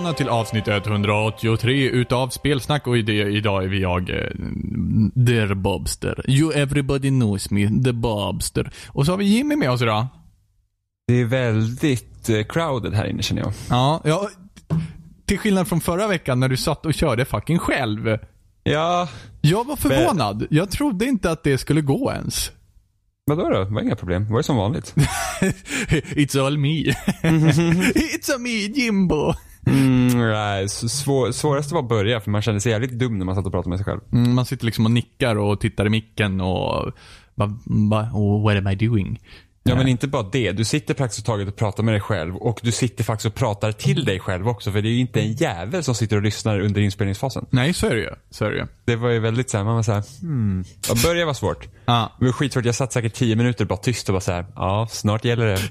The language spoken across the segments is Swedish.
välkomna till avsnitt 183 utav Spelsnack. Och idag är vi Der Bobster. You everybody knows me, The Bobster. Och så har vi Jimmy med oss idag. Det är väldigt crowded här inne, känner jag. Ja, till skillnad från förra veckan när du satt och körde fucking själv. Ja. Jag var förvånad. Jag trodde inte att det skulle gå ens. Vadå då? Det var inga problem. Var det som vanligt? It's all me. It's a me, Jimbo. Nej, svåraste var att börja, för man kände sig jävligt dum när man satt och pratade med sig själv. Man sitter liksom och nickar och tittar i micken och what am I doing? Ja, men inte bara det. Du sitter praktiskt taget och pratar med dig själv, och du sitter faktiskt och pratar till dig själv också, för det är ju inte en jävel som sitter och lyssnar under inspelningsfasen. Nej, så är det ju. Det var ju väldigt så här, man var så här, Ja, börja var svårt. Det var skitsvårt. Jag satt säkert 10 minuter bara tyst och bara så här, ja, snart gäller det.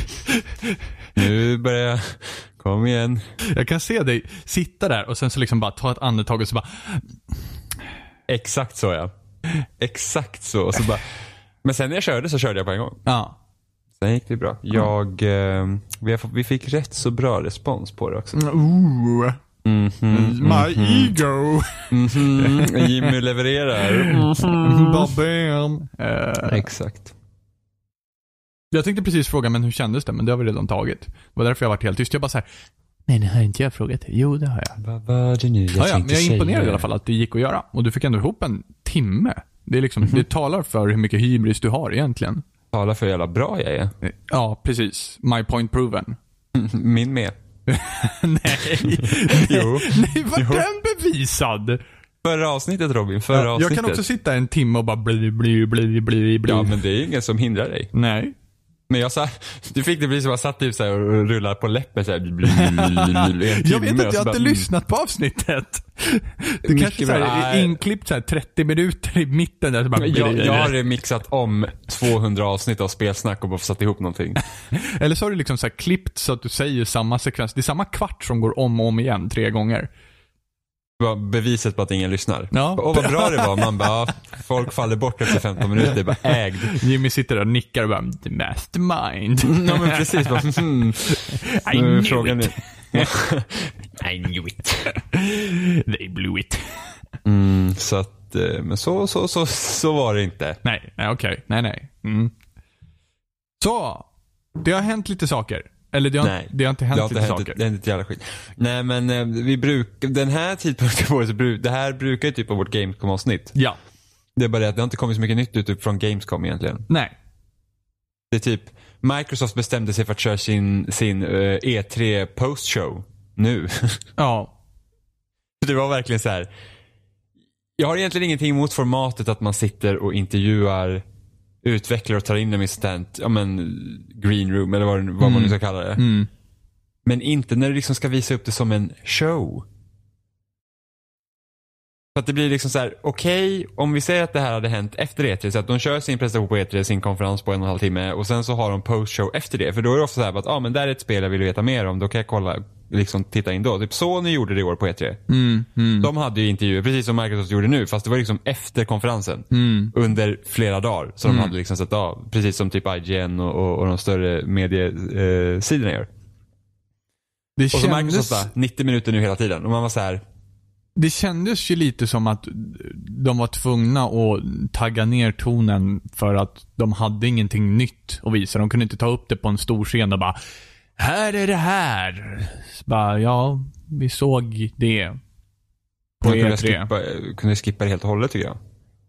Nu börjar jag. Kom igen. Jag kan se dig sitta där och sen så liksom bara ta ett andetag och så bara. Exakt så, ja. Exakt så. Och så bara. Men sen när jag körde så körde jag på en gång. Ja. Sen gick det bra. Vi fick rätt så bra respons på det också. My ego. Jimmy levererar. Bam. Exakt. Jag tänkte precis fråga, men hur kändes det? Men det har vi redan tagit. Det var därför jag varit helt tyst. Jag bara så här, nej, det har inte jag frågat. Jo, det har jag. Vad var det nu? Men jag är imponerad i alla fall att det gick att göra. Och du fick ändå ihop en timme. Det är liksom, det talar för hur mycket hybris du har egentligen. Talar för hur jävla bra jag är. Ja, precis. My point proven. Min med. Nej. Jo. Nej, var den bevisad? Förra avsnittet, Robin. Jag kan också sitta en timme och bara bli. Ja, men det är ju ingen som hindrar dig. Nej. Men jag sa, du fick det bli som att jag satt typ så här och rullar på läppen så här. Jag vet inte, jag har inte lyssnat på avsnittet. Det kanske så här, är inklippt så här 30 minuter i mitten där så bara. Jag har mixat om 200 avsnitt av Spelsnack och bara satt ihop någonting. Eller så har du liksom så här klippt så att du säger samma sekvens. Det är samma kvart som går om och om igen 3 gånger. Beviset på att ingen lyssnar. Ja. Och vad bra det var. Man bara, folk faller bort efter 15 minuter. Det är bara ägd. Jimmy sitter där och nickar och bara, the mastermind. Ja, men precis. Bara, I knew frågan it. I knew it. They blew it. Så att, men så var det inte. Nej, okej. Nej. Så, det har hänt lite saker. Eller det har inte hänt lite saker. Det är inte jävla skit. Nej, men den här tidpunkten på det här brukar ju typ av vårt Gamescom-avsnitt. Ja. Det är bara det att det har inte kommit så mycket nytt ut från Gamescom egentligen. Nej. Det är typ, Microsoft bestämde sig för att köra sin E3 post-show nu. Ja. Det var verkligen så här. Jag har egentligen ingenting emot formatet att man sitter och intervjuar utvecklare och tar in dem i stant, green room eller vad man nu ska kalla det. Men inte när du liksom ska visa upp det som en show. Så att det blir liksom så här, okej, om vi säger att det här hade hänt efter E3, så att de kör sin presentation på E3, sin konferens på 1,5 timme, och sen så har de post-show efter det. För då är det ofta så här att, men där är ett spel jag vill veta mer om, då kan jag kolla, liksom titta in då. Typ så ni gjorde det i år på E3. De hade ju intervjuer, precis som Microsoft gjorde nu, fast det var liksom efter konferensen. Under flera dagar. Så de hade liksom sett precis som typ IGN och de större mediesidorna gör. Och så Microsoft bara, 90 minuter nu hela tiden. Och man var så här. Det kändes ju lite som att de var tvungna att tagga ner tonen för att de hade ingenting nytt att visa. De kunde inte ta upp det på en stor scen och bara, här är det här. Så bara, ja, vi såg det på E3. Kunde skippa det helt och hållet, tycker jag.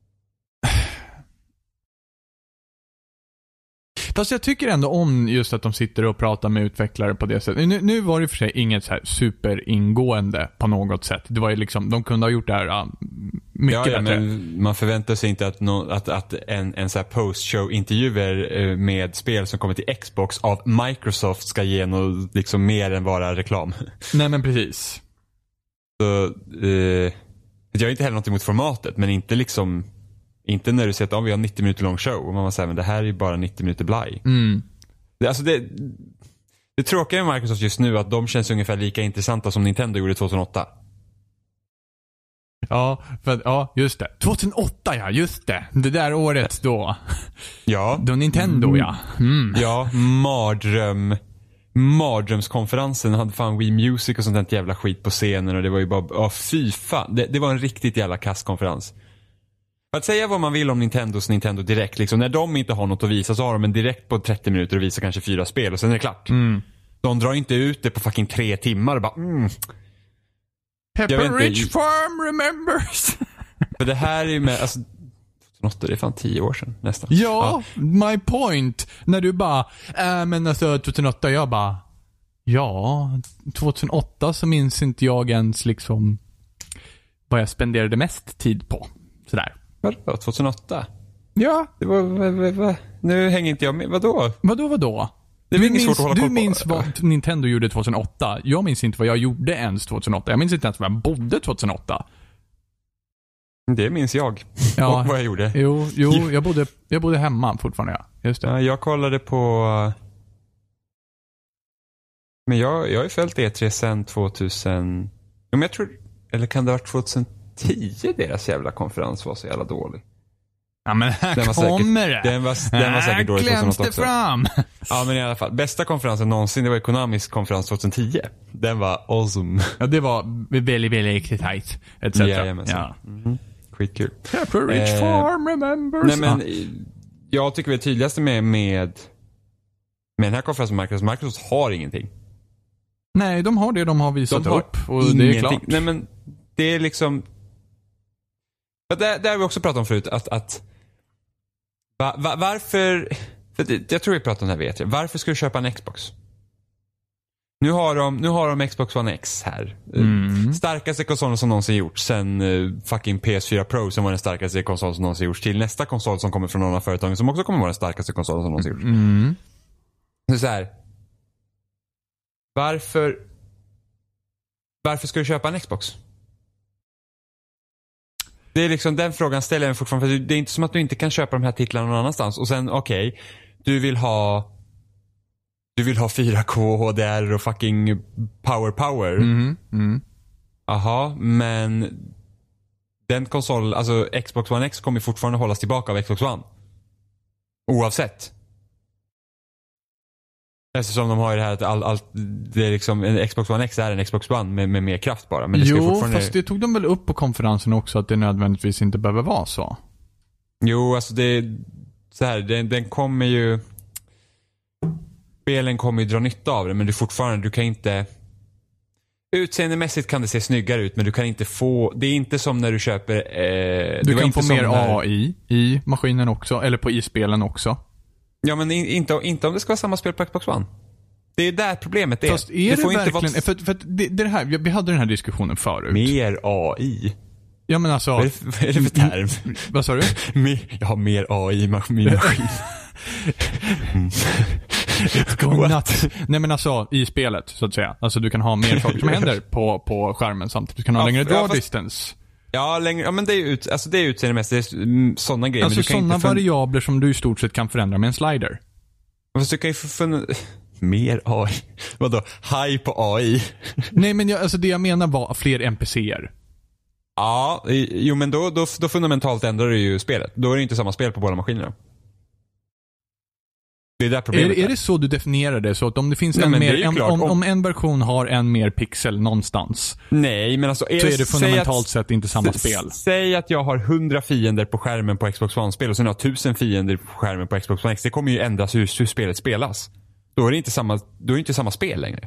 Fast jag tycker ändå om just att de sitter och pratar med utvecklare på det sättet. Nu var det för sig inget så här superingående på något sätt. Det var ju liksom, de kunde ha gjort det här mycket bättre. Men man förväntar sig inte att en så här post-show-intervjuer med spel som kommer till Xbox av Microsoft ska ge något liksom mer än bara reklam. Nej, men precis. Så jag är inte heller något emot formatet, men inte liksom. Inte när du säger att vi har 90 minuter lång show och man säger, men det här är ju bara 90 minuter blaj. Det tråkiga med Microsoft just nu är att de känns ungefär lika intressanta som Nintendo gjorde 2008. Ja, just det. 2008, ja, just det. Det där året då. Ja. Då Nintendo, ja. Ja, mardröm. mardrömskonferensen. Hade fan Wii Music och sånt där jävla skit på scenen. Och det var ju bara, fy fan. Det var en riktigt jävla kasskonferens. För att säga vad man vill om Nintendo Direkt, liksom, när de inte har något att visa så har de en direkt på 30 minuter och visar kanske 4 spel och sen är det klart. De drar inte ut det på fucking 3 timmar och bara Pepper Ridge Farm remembers. För det här är ju med, alltså, det är fan 10 år sedan nästan. Ja, my point. När du bara, men alltså 2008, jag bara, ja, 2008 så minns inte jag ens liksom vad jag spenderade mest tid på. Sådär. Vadå, 2008? Ja. Det var, nu hänger inte jag med, vadå? Vadå? Det är inget svårt att hålla koll på. Du minns vad Nintendo gjorde 2008. Jag minns inte vad jag gjorde ens 2008. Jag minns inte ens var jag bodde 2008. Det minns jag. Ja. Och vad jag gjorde. Jo, jag bodde hemma fortfarande, ja. Just det. Ja, jag kollade på... Men jag har ju följt E3 sen 2000... Men jag tror... Eller kan det ha varit 2010 deras jävla konferens var så jävla dålig? Ja, men här kommer det. Den var säkert dålig 2008 också. Fram. Ja, men i alla fall. Bästa konferensen någonsin, det var Konamis konferens 2010. Den var awesome. Ja, det var väldigt, väldigt excitajt. Ja. Skitkul. Pepper Ridge Farm remembers. Nej, men jag tycker det tydligaste med den här konferensen Microsoft har ingenting. Nej, de har det de har visat upp. Och ingenting. Det är klart. Nej, men det är liksom... Det har vi också pratat om förut. Varför... För jag tror vi pratade om det här, vet jag. Varför ska du köpa en Xbox? Nu har de Xbox One X här. Starkaste konsolen som någonsin gjorts. Sen fucking PS4 Pro som var den starkaste konsolen som någonsin gjorts. Till nästa konsol som kommer från någon av företagen som också kommer vara den starkaste konsolen som någonsin gjorts. Så här. Varför ska du köpa en Xbox? Det är liksom den frågan ställer jag fortfarande. För det är inte som att du inte kan köpa de här titlarna någon annanstans. Och sen, okej, du vill ha 4K, HDR och fucking power. Aha, men den konsolen, alltså Xbox One X kommer fortfarande hållas tillbaka av Xbox One. Oavsett. Eftersom de har ju det här att det är liksom, en Xbox One X är en Xbox One med mer kraft bara. Men det ska fortfarande... fast det tog de väl upp på konferensen också att det nödvändigtvis inte behöver vara så. Jo, alltså det är så här, den kommer ju... Spelen kommer ju dra nytta av det, men du kan inte... Utseendemässigt kan det se snyggare ut, men du kan inte få... Det är inte som när du köper... du kan få mer AI i maskinen också, eller i spelen också. Ja, men inte om det ska vara samma spel på Xbox One. Det är där problemet är. Fast är det får verkligen... Inte vara... För det här, vi hade den här diskussionen förut. Mer AI? Ja, men alltså... Vad är det för term? Vad sa du? Jag har mer AI i min maskin. Nej, men alltså i spelet så att säga. Alltså du kan ha mer saker som händer på skärmen samtidigt. Du kan ha längre draw distance. Ja, längre, ja, men det är utseendemässigt, det är sådana grejer. Alltså sådana variabler som du i stort sett kan förändra med en slider. Fast du kan ju mer AI. Vadå? High på AI? Nej, men alltså det jag menar var fler NPCer. Ja, jo, men då fundamentalt ändrar du ju spelet. Då är det inte samma spel på båda maskinerna. Det är där problemet är det så du definierar det? Så att om det finns om en version har en mer pixel någonstans. Nej, men alltså... så är det fundamentalt sett inte samma spel. Säg att jag har 100 fiender på skärmen på Xbox One-spel och sen har jag 1000 fiender på skärmen på Xbox One X. Det kommer ju ändras hur spelet spelas. Då är det inte samma spel längre.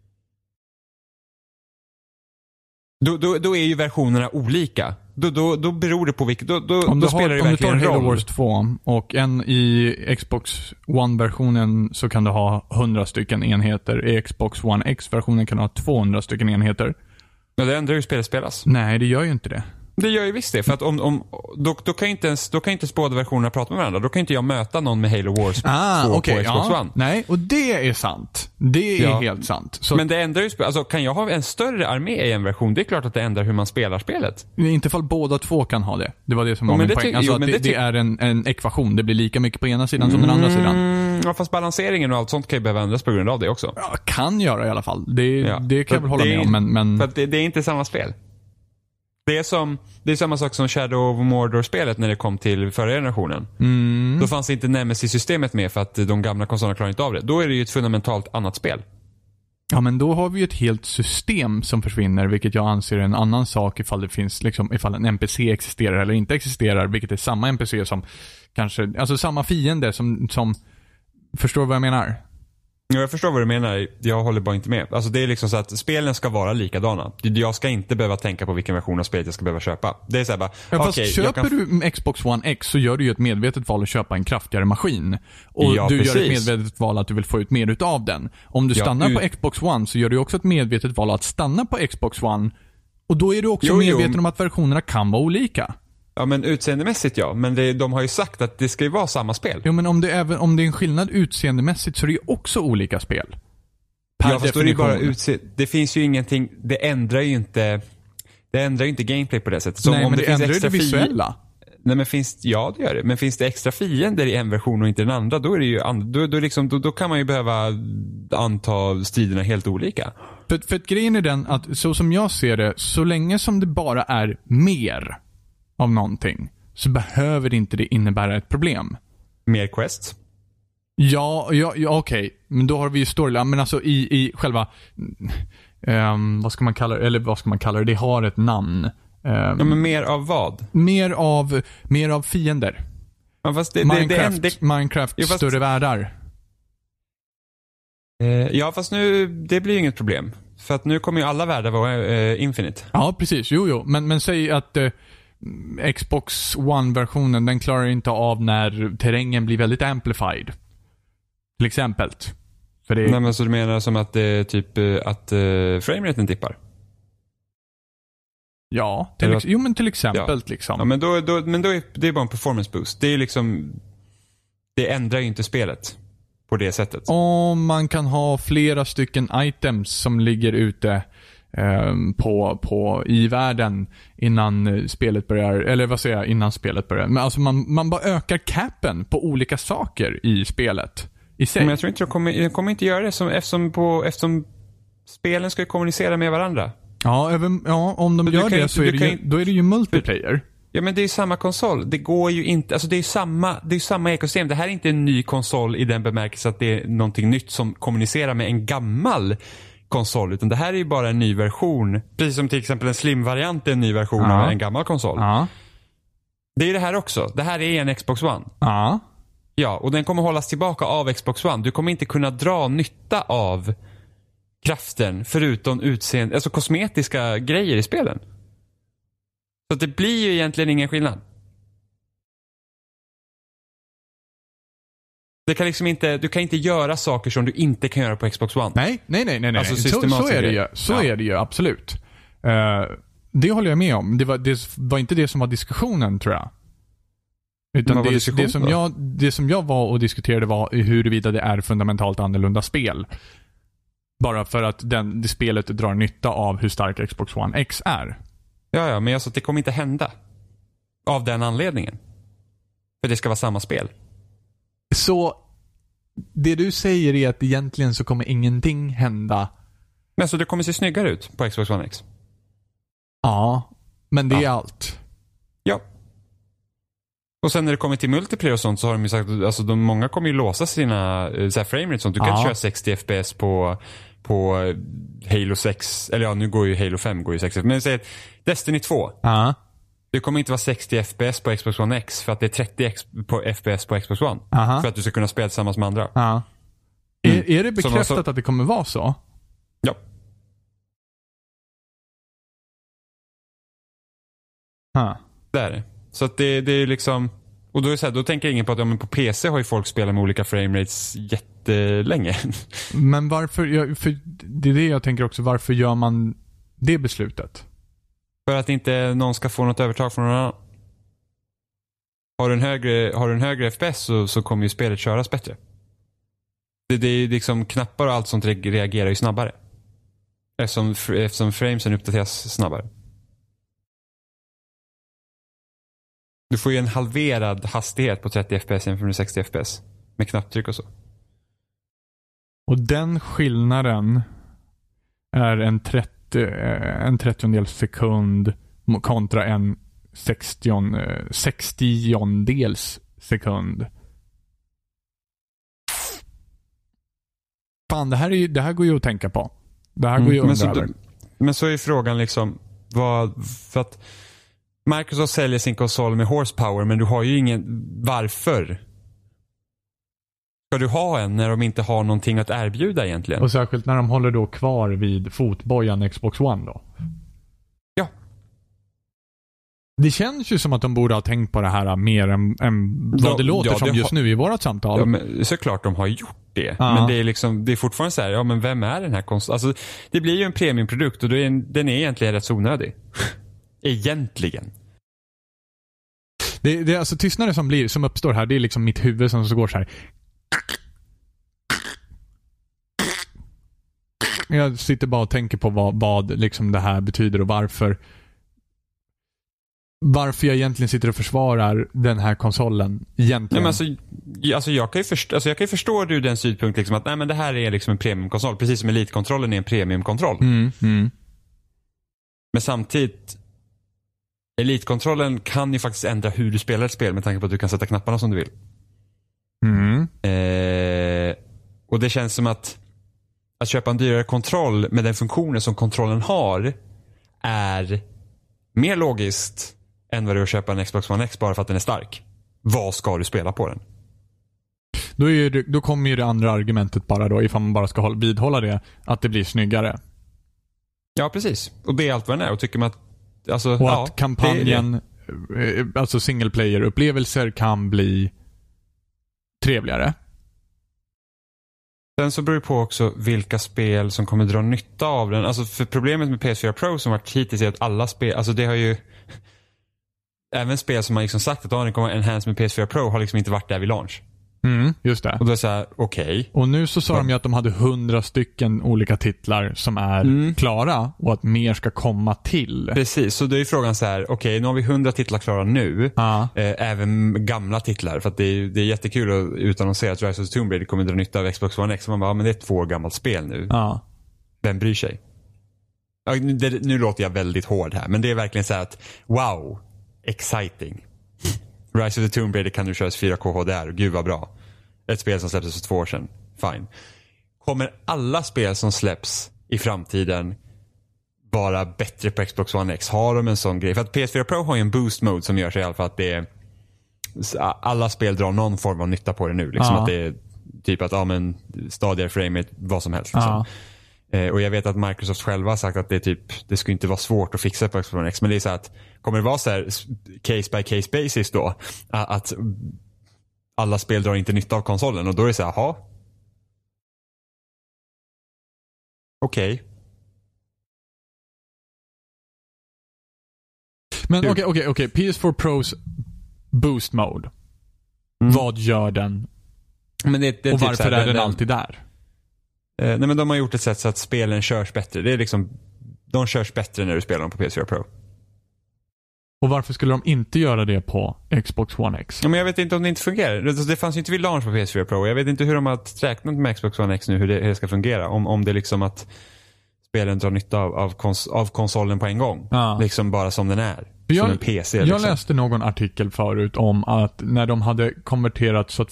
Då är ju versionerna olika. Då beror det på vilket... Då spelar det verkligen roll. Om du tar Halo roll. Wars 2 och en i Xbox One-versionen så kan du ha 100 stycken enheter. I Xbox One X-versionen kan du ha 200 stycken enheter. Ja, det ändrar ju spelet spelas. Nej, det gör ju inte det. Det gör ju visst det. För att då kan inte ens båda versionerna prata med varandra. Då kan inte jag möta någon med Halo Wars 2 på Xbox One. Nej, och det är sant. Det är helt sant. Så men det ändrar ju alltså, kan jag ha en större armé i en version? Det är klart att det ändrar hur man spelar spelet. Inte fall båda två kan ha det. Det var det som var min poäng. Alltså det är en ekvation. Det blir lika mycket på ena sidan som den andra sidan. Ja, fast balanseringen och allt sånt kan ju behöva ändras på grund av det också. Ja, kan göra i alla fall. Det kan jag väl hålla med om. Men... För att det är inte samma spel. Det är samma sak som Shadow of Mordor-spelet när det kom till förra generationen. Då fanns inte Nemesis-systemet med för att de gamla konsolerna klarar inte av det. Då är det ju ett fundamentalt annat spel. Ja, men då har vi ju ett helt system som försvinner, vilket jag anser är en annan sak ifall det finns liksom, ifall en NPC existerar eller inte existerar, vilket är samma NPC som kanske, alltså samma fiende som förstår du vad jag menar? Ja, jag förstår vad du menar. Jag håller bara inte med. Alltså det är liksom så att spelen ska vara likadana. Jag ska inte behöva tänka på vilken version av spelet jag ska behöva köpa. Det är så här bara, fast köper du Xbox One X så gör du ju ett medvetet val att köpa en kraftigare maskin. Och ja, du precis. gör ett medvetet val att du vill få ut mer utav den. Om du stannar på Xbox One så gör du också ett medvetet val att stanna på Xbox One. Och då är du också medveten om att versionerna kan vara olika. Ja, men utseendemässigt ja. Men de har ju sagt att det ska ju vara samma spel. Jo, men om det är en skillnad utseendemässigt så är det ju också olika spel. Ja, fast då är det bara det finns ju ingenting, det ändrar ju inte gameplay på det sättet. Som nej, om men det ändrar extra det visuella. Nej, men ja, det gör det. Men finns det extra fiender i en version och inte den andra, då är det ju då kan man ju behöva anta striderna helt olika. För att grejen är den att så som jag ser det, så länge som det bara är mer av någonting så behöver inte det innebära ett problem. Mer quests? Ja, okej. Men då har vi ju storyline. Men alltså i själva vad ska man kalla det? Eller vad ska man kalla det? Det har ett namn. Ja, men mer av vad? Mer av fiender. Ja, fast Minecraft större världar. Ja, fast nu det blir ju inget problem. För att nu kommer ju alla världar vara infinite. Ja, precis. Jo. Men säg att Xbox One-versionen, den klarar inte av när terrängen blir väldigt amplified. Till exempel. För det... Nej, men så du menar som att typ att frameraten dippar? Ja, men till exempel liksom. Ja, men då är det bara en performance boost. Det är liksom, det ändrar ju inte spelet på det sättet. Om man kan ha flera stycken items som ligger ute i världen innan spelet börjar, eller vad säger jag, innan spelet börjar. Men alltså man bara ökar capen på olika saker i spelet i sig. Men jag tror inte de kommer inte göra det eftersom spelen ska kommunicera med varandra. Ja, om de gör det så då är det ju multiplayer. Ja, men det är ju samma konsol. Det går ju inte, alltså det är ju samma ekosystem. Det här är inte en ny konsol i den bemärkelsen att det är någonting nytt som kommunicerar med en gammal konsol, utan det här är ju bara en ny version. Precis som till exempel en slim-variant är en ny version av en gammal konsol. Ja. Det är det här också. Det här är en Xbox One. Ja. Ja, och den kommer hållas tillbaka av Xbox One. Du kommer inte kunna dra nytta av kraften förutom utseende, alltså kosmetiska grejer i spelen. Så det blir ju egentligen ingen skillnad. Det kan liksom inte, du kan inte göra saker som du inte kan göra på Xbox One. Nej. Alltså så är det ju. Så är det ju, absolut. Det håller jag med om. Det var inte det som var diskussionen, tror jag. Utan det som jag var och diskuterade var huruvida det är fundamentalt annorlunda spel. Bara för att det spelet drar nytta av hur stark Xbox One X är. Ja, men alltså det kommer inte hända. Av den anledningen. För det ska vara samma spel. Så det du säger är att egentligen så kommer ingenting hända. Men så det kommer se snyggare ut på Xbox One X? Ja, men det är allt. Ja. Och sen när det kommer till multiplayer och sånt så har de ju sagt, alltså många kommer ju låsa sina så här frame rate sånt. Du kan köra 60 FPS på Halo 6, eller ja, nu går ju Halo 5 går ju 60 FPS. Men säg Destiny 2. Ja. Det kommer inte vara 60 FPS på Xbox One X för att det är 30 FPS på Xbox One. För att du ska kunna spela tillsammans med andra. Ja. Är det bekräftat att det kommer vara så? Ja. Det är det. Så att det är liksom, och då är det så här, då tänker ingen på att men på PC har ju folk spelat med olika frame rates jättelänge. Men varför, för det är det jag tänker också, varför gör man det beslutet? För att inte någon ska få något övertag från någon annan. Har du en högre FPS så kommer ju spelet köras bättre. Det är liksom knappar och allt sånt reagerar ju snabbare. Eftersom framesen uppdateras snabbare. Du får ju en halverad hastighet på 30 FPS jämfört med 60 FPS. Med knapptryck och så. Och den skillnaden är en 30-dels sekund kontra en 60-dels sekund. Fan, det här går ju att tänka på. Det här går ju men, över. Men så är frågan liksom, för att Microsoft säljer sin konsol med horsepower, men du har ju ingen, varför? Ska du ha en när de inte har någonting att erbjuda egentligen? Och särskilt när de håller då kvar vid fotbojan Xbox One då. Ja. Det känns ju som att de borde ha tänkt på det här mer än vad det låter som just nu i vårat samtal. Ja, men såklart de har gjort det. Ja. Men det är liksom, det är fortfarande så här, ja men vem är den här konsolen? Alltså, det blir ju en premiumprodukt och den är egentligen rätt så onödig. Egentligen. Det är alltså tystnaden som uppstår här, det är liksom mitt huvud som så går så här. Jag sitter bara och tänker på vad liksom det här betyder och varför jag egentligen sitter och försvarar den här konsolen egentligen. Nej, men alltså jag kan ju förstå ur den synpunkt liksom att nej, men det här är liksom en premiumkonsol, precis som Elite-kontrollen är en premiumkontroll. Men samtidigt, Elite-kontrollen kan ju faktiskt ändra hur du spelar ett spel med tanke på att du kan sätta knapparna som du vill. Och det känns som att köpa en dyrare kontroll med den funktionen som kontrollen har är mer logiskt än vad det är att köpa en Xbox One X bara för att den är stark. Vad ska du spela på den? Då kommer ju det andra argumentet bara då, ifall man bara ska vidhålla det, att det blir snyggare. Ja, precis. Och det är allt vad den är. Och tycker man att att kampanjen, alltså single player-upplevelser kan bli trevligare. Sen så beror det på också vilka spel som kommer dra nytta av den. Alltså för problemet med PS4 Pro som varit hittills är att alla spel, alltså det har ju även spel som har liksom sagt att det kommer enhance med PS4 Pro har liksom inte varit där vid launch. Just det. Och då är det så här, okej. Och nu så sa de ju att de hade 100 stycken olika titlar som är klara och att mer ska komma till. Precis, så då är frågan så här, okej, nu har vi 100 titlar klara nu. Även gamla titlar, för att det är jättekul att utannonsera att Rise of the Tomb Raider kommer dra nytta av Xbox One X. Man bara, men det är 2 år gammalt spel nu. Vem bryr sig? Ja, nu låter jag väldigt hård här, men det är verkligen så här att, wow, exciting. Rise of the Tomb Raider kan nu köras 4K HDR, gud vad bra. Ett spel som släpptes för 2 år sedan. Fine. Kommer alla spel som släpps i framtiden vara bättre på Xbox One X? Har de en sån grej? För att PS4 Pro har ju en boost mode som gör sig i alla fall att det är, alla spel drar någon form av nytta på det nu. Liksom att det är typ att stadigare framerate, vad som helst. Liksom. Och jag vet att Microsoft själva har sagt att det skulle inte vara svårt att fixa på Xbox One X. Men det är så att, kommer det vara så här case by case basis då? Att alla spel drar inte nytta av konsolen och då är det så här, jaha. Okej. Men okej. PS4 Pros boost mode. Vad gör den? Men det och typ varför är den alltid där? Nej, men de har gjort ett sätt så att spelen körs bättre. Det är liksom, de körs bättre när du spelar dem på PS4 Pro. Och varför skulle de inte göra det på Xbox One X? Ja, men jag vet inte om det inte fungerar. Det fanns ju inte vid launch på PS4 Pro. Jag vet inte hur de har räknat med Xbox One X nu, hur det ska fungera. Om det är liksom att spelen drar nytta av konsolen på en gång. Liksom bara som den är. Som en PC. Jag läste någon artikel förut om att när de hade konverterat så att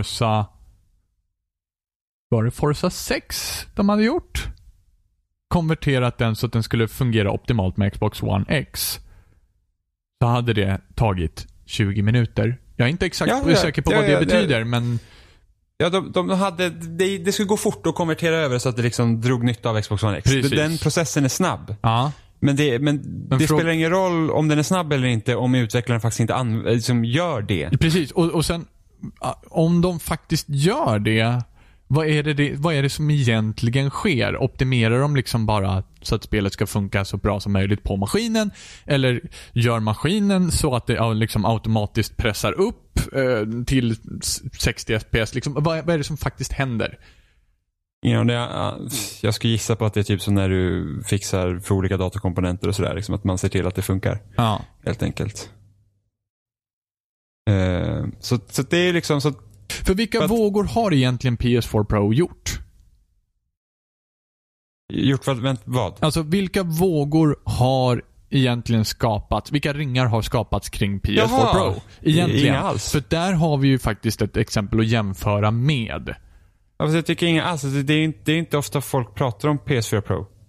var det Forza 6 de hade gjort? Konverterat den så att den skulle fungera optimalt med Xbox One X. Så hade det tagit 20 minuter. Jag är inte exakt säker på vad det betyder, men... Ja, de hade... Det skulle gå fort att konvertera över så att det liksom drog nytta av Xbox One X. Den processen är snabb. Men det spelar ingen roll om den är snabb eller inte om utvecklaren faktiskt inte liksom gör det. Precis, och sen om de faktiskt gör det, vad är det som egentligen sker? Optimerar de liksom bara så att spelet ska funka så bra som möjligt på maskinen? Eller gör maskinen så att det liksom automatiskt pressar upp till 60 FPS? Liksom, vad är det som faktiskt händer? Jag skulle gissa på att det är typ som när du fixar för olika datorkomponenter och sådär. Liksom att man ser till att det funkar. Helt enkelt. Så det är liksom så. För vilka vågor har egentligen PS4 Pro gjort? Vad? Alltså vilka vågor har egentligen skapats? Vilka ringar har skapats kring PS4 Pro? Egentligen. Inga alls. För där har vi ju faktiskt ett exempel att jämföra med. Alltså, jag tycker inga alls. Det är inte ofta folk pratar om PS4 Pro.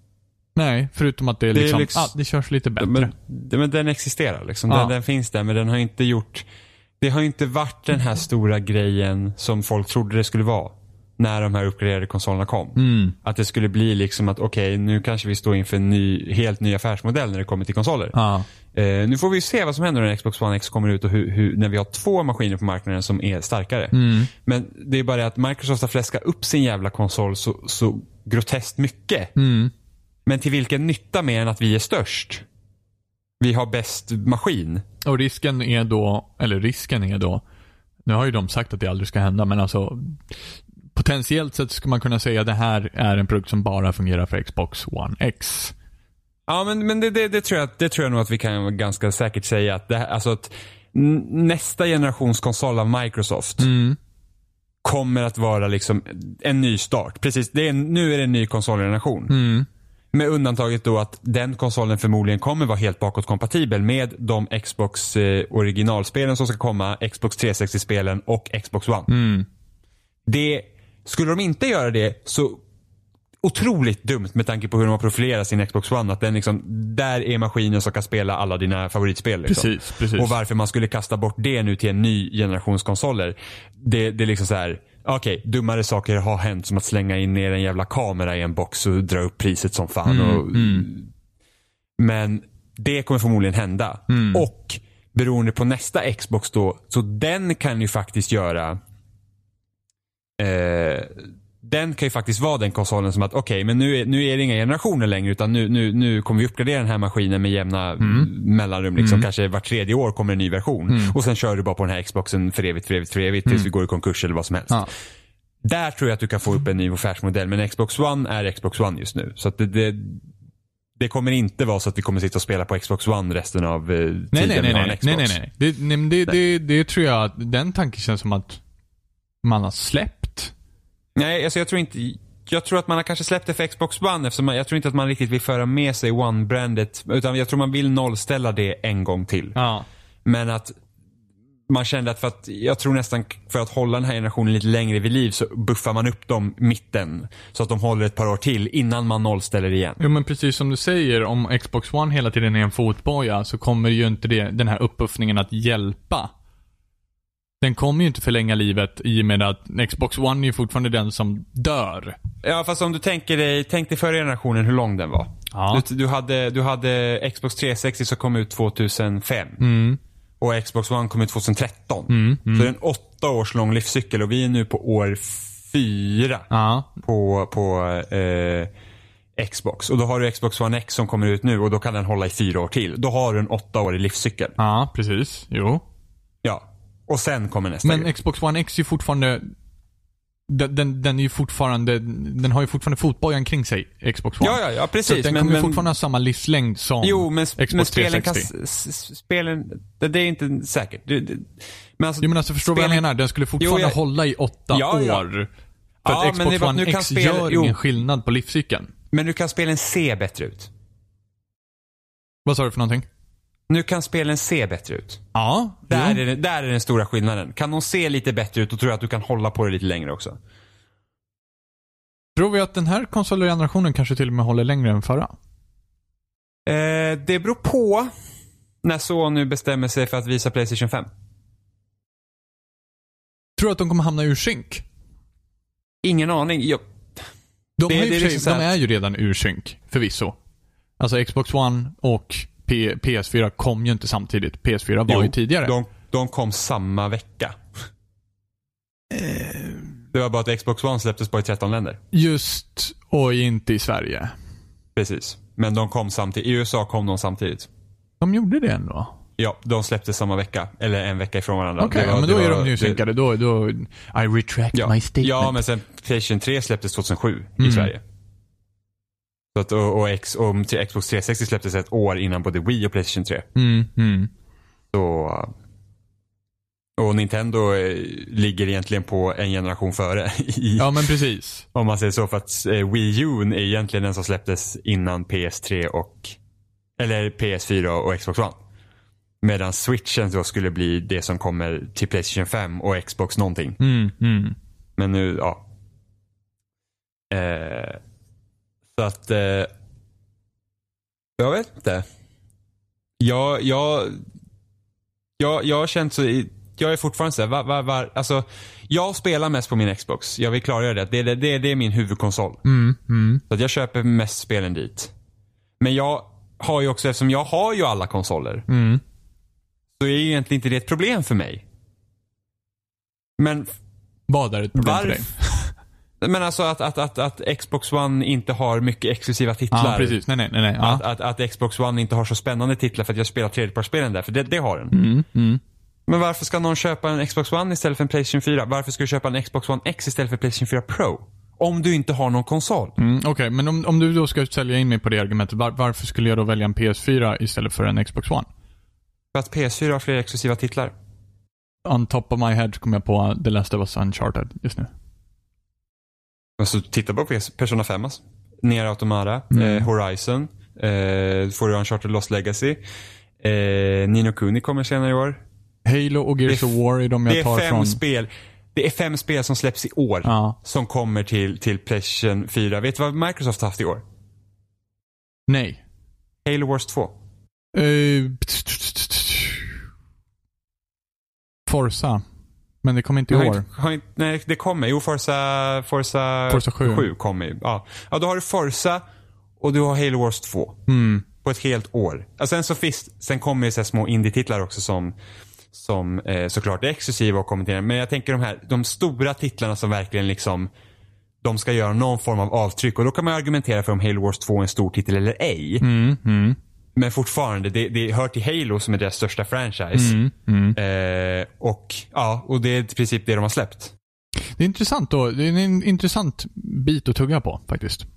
Nej, förutom att det är liksom, det körs lite bättre. Men den existerar liksom. Den finns där, men den har inte gjort... Det har inte varit den här stora grejen som folk trodde det skulle vara när de här uppgraderade konsolerna kom. Att det skulle bli liksom att okej, nu kanske vi står inför en helt ny affärsmodell när det kommer till konsoler. Nu får vi se vad som händer när Xbox One X kommer ut och när vi har 2 maskiner på marknaden som är starkare. Men det är bara det att Microsoft har fläskat upp sin jävla konsol så groteskt mycket. Men till vilken nytta mer än att vi är störst? Vi har bäst maskin. Och risken är då, nu har ju de sagt att det aldrig ska hända, men alltså potentiellt sett ska man kunna säga att det här är en produkt som bara fungerar för Xbox One X. Ja, men det tror jag nog att vi kan ganska säkert säga att det här, alltså att nästa generations konsol av Microsoft kommer att vara liksom en ny start. Precis, nu är det en ny konsolgeneration. Med undantaget då att den konsolen förmodligen kommer vara helt bakåtkompatibel med de Xbox originalspelen som ska komma, Xbox 360-spelen och Xbox One. Skulle de inte göra det så otroligt dumt med tanke på hur de har profilerat sin Xbox One, att den liksom, där är maskinen som kan spela alla dina favoritspel liksom. Precis. Och varför man skulle kasta bort det nu till en ny generations konsoler, det är liksom så här. Okej, dummare saker har hänt som att slänga in ner en jävla kamera i en box och dra upp priset som fan. Men det kommer förmodligen hända. Och beroende på nästa Xbox då, så den kan ju faktiskt göra den kan ju faktiskt vara den konsolen som att okej, men nu är det inga generationer längre, utan nu kommer vi uppgradera den här maskinen med jämna mellanrum liksom. Kanske var 3:e år kommer en ny version och sen kör du bara på den här Xboxen för evigt tills vi går i konkurs eller vad som helst. Där tror jag att du kan få upp en ny affärsmodell, men Xbox One är Xbox One just nu, så att det kommer inte vara så att vi kommer sitta och spela på Xbox One resten av tiden vi har en Xbox. Nej. Det tror jag, den tanken känns som att man har släppt. Nej, alltså jag tror att man har kanske släppt det för Xbox One, eftersom jag tror inte att man riktigt vill föra med sig One-brandet, utan jag tror man vill nollställa det en gång till. Men att man kände att jag tror nästan för att hålla den här generationen lite längre vid liv så buffar man upp dem mitten så att de håller ett par år till innan man nollställer igen. Jo, men precis som du säger, om Xbox One hela tiden är en fotboja så kommer ju inte den här uppuffningen att hjälpa. Den kommer ju inte förlänga livet i och med att Xbox One är ju fortfarande den som dör. Ja, fast om du tänk dig förra generationen hur lång den var. Du hade Xbox 360 som kom ut 2005. Och Xbox One kom ut 2013. Så det är en 8 års lång livscykel och vi är nu på år 4 på Xbox. Och då har du Xbox One X som kommer ut nu och då kan den hålla i 4 år till. Då har du en 8-årig livscykel. Ja, precis. Jo. Ja. Och sen kommer nästa Men Xbox One X är ju fortfarande den är ju fortfarande, den har ju fortfarande fotbojan kring sig, Xbox One. Ja, precis. Så den kommer ju fortfarande ha samma livslängd som Xbox 360. Spelen det är inte säkert. Men alltså förstår vad jag menar? Den skulle fortfarande hålla i 8 år. För att Xbox One X gör ingen skillnad på livscykeln. Men nu kan spelen se bättre ut. Vad sa du för någonting? Nu kan spelen se bättre ut. Ja. Där är den stora skillnaden. Kan de se lite bättre ut, då tror jag att du kan hålla på det lite längre också. Tror vi att den här konsolgenerationen kanske till och med håller längre än förra? Det beror på när Sony bestämmer sig för att visa PlayStation 5. Tror du att de kommer hamna ur synk? Ingen aning. De är ju redan ur synk, förvisso. Alltså Xbox One och PS4 kom ju inte samtidigt. PS4 var ju tidigare. De kom samma vecka. Det var bara att Xbox One släpptes på i 13 länder. Just, och inte i Sverige. Precis. Men de kom samtidigt. I USA kom de samtidigt. De gjorde det ändå? Ja, de släpptes samma vecka. Eller en vecka ifrån varandra. Okej, men då är de nu synkade. Då I retract my statement. Ja, men sen PlayStation 3 släpptes 2007 i Sverige. Så att, och Xbox 360 släpptes ett år innan både Wii och PlayStation 3. Så, och Nintendo ligger egentligen på en generation före. Ja, men precis. Om man säger så, för att Wii U är egentligen den som släpptes innan PS3 eller PS4 och Xbox One. Medan Switchen då skulle bli det som kommer till PlayStation 5 och Xbox någonting. Men nu, ja. Så att Jag vet inte. Jag har känt så. Jag är fortfarande så här, alltså, jag spelar mest på min Xbox. Jag vill klargöra det. Det är min huvudkonsol. Så att jag köper mest spelen dit. Men jag har ju också, eftersom jag har ju alla konsoler. Så är ju egentligen inte det ett problem för mig. Men vad är ett problem för dig? Men alltså att Xbox One inte har mycket exklusiva titlar. Ja, precis. Nej. Ja. Att Xbox One inte har så spännande titlar för att jag spelar tredjepartsspelen där. För det har den. Men varför ska någon köpa en Xbox One istället för en PlayStation 4? Varför ska du köpa en Xbox One X istället för PlayStation 4 Pro? Om du inte har någon konsol. Okej, men om du då ska sälja in mig på det argumentet, varför skulle jag då välja en PS4 istället för en Xbox One? För att PS4 har fler exklusiva titlar. On top of my head kommer jag på The Last of Us Uncharted just nu. Alltså titta på Persona 5. Alltså. Nier Automata, Horizon, får du Uncharted Lost Legacy, Ni no Kuni kommer senare i år. Halo och Gears of War är de jag tar från... Det är 5 spel som släpps i år som kommer till PlayStation 4. Vet du vad Microsoft har haft i år? Nej. Halo Wars 2. Forza. Men det kommer inte i år. Nej, det kommer. Jo, Forza 7 kommer. Ja, då har du Forza och du har Halo Wars 2. På ett helt år. Sen kommer det så här små indie-titlar också som såklart är exklusiva och kommenterar. Men jag tänker de stora titlarna som verkligen liksom de ska göra någon form av avtryck. Och då kan man argumentera för om Halo Wars 2 är en stor titel eller ej. Men fortfarande, det hör till Halo som är deras största franchise. Och det är i princip det de har släppt. Det är intressant då. Det är en intressant bit att tugga på faktiskt.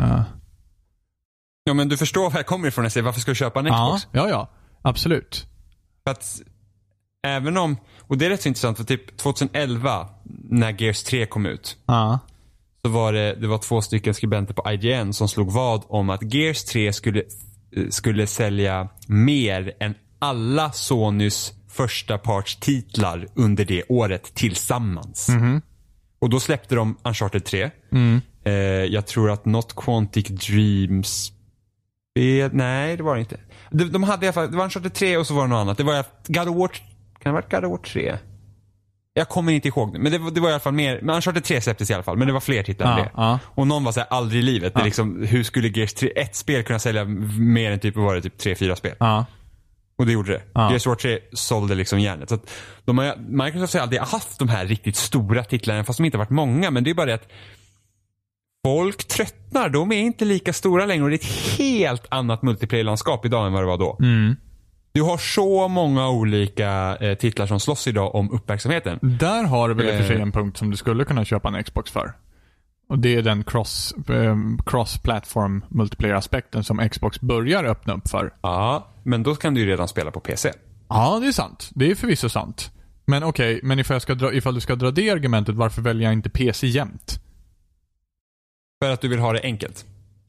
Ja, men du förstår var jag kommer ifrån. Jag säger, varför ska du köpa en Xbox? Ja, absolut. För att även om, och det är rätt så intressant för typ 2011 när Gears 3 kom ut. Så var det var 2 stycken skribenter på IGN som slog vad om att Gears 3 skulle sälja mer än alla Sonys första parts titlar under det året tillsammans. Och då släppte de Uncharted 3. Jag tror att Not Quantic Dreams nej, det var det inte. De hade i alla fall, det var Uncharted 3 och så var det något annat. Det var God of War, kan det ha varit God of War 3? Jag kommer inte ihåg det, men det var i alla fall mer. Men Uncharted 3 släpptes i alla fall, men det var fler titlar än det. Och någon var så här, aldrig i livet. Det är liksom, hur skulle Gears 3, ett spel kunna sälja mer än typ 3-4 spel? Och det gjorde det. Gears War 3 sålde liksom järnet. Så att Microsoft har aldrig haft de här riktigt stora titlarna, fast de inte har varit många. Men det är bara det att folk tröttnar. De är inte lika stora längre och det är ett helt annat multiplayer-landskap idag än vad det var då. Du har så många olika titlar som slåss idag om uppmärksamheten. Där har du väl i och för sig en punkt som du skulle kunna köpa en Xbox för. Och det är den cross-platform multiplayer-aspekten som Xbox börjar öppna upp för. Ja, men då kan du ju redan spela på PC. Ja, det är sant. Det är förvisso sant. Men okej, men ifall du ska dra det argumentet, varför väljer jag inte PC jämt? För att du vill ha det enkelt.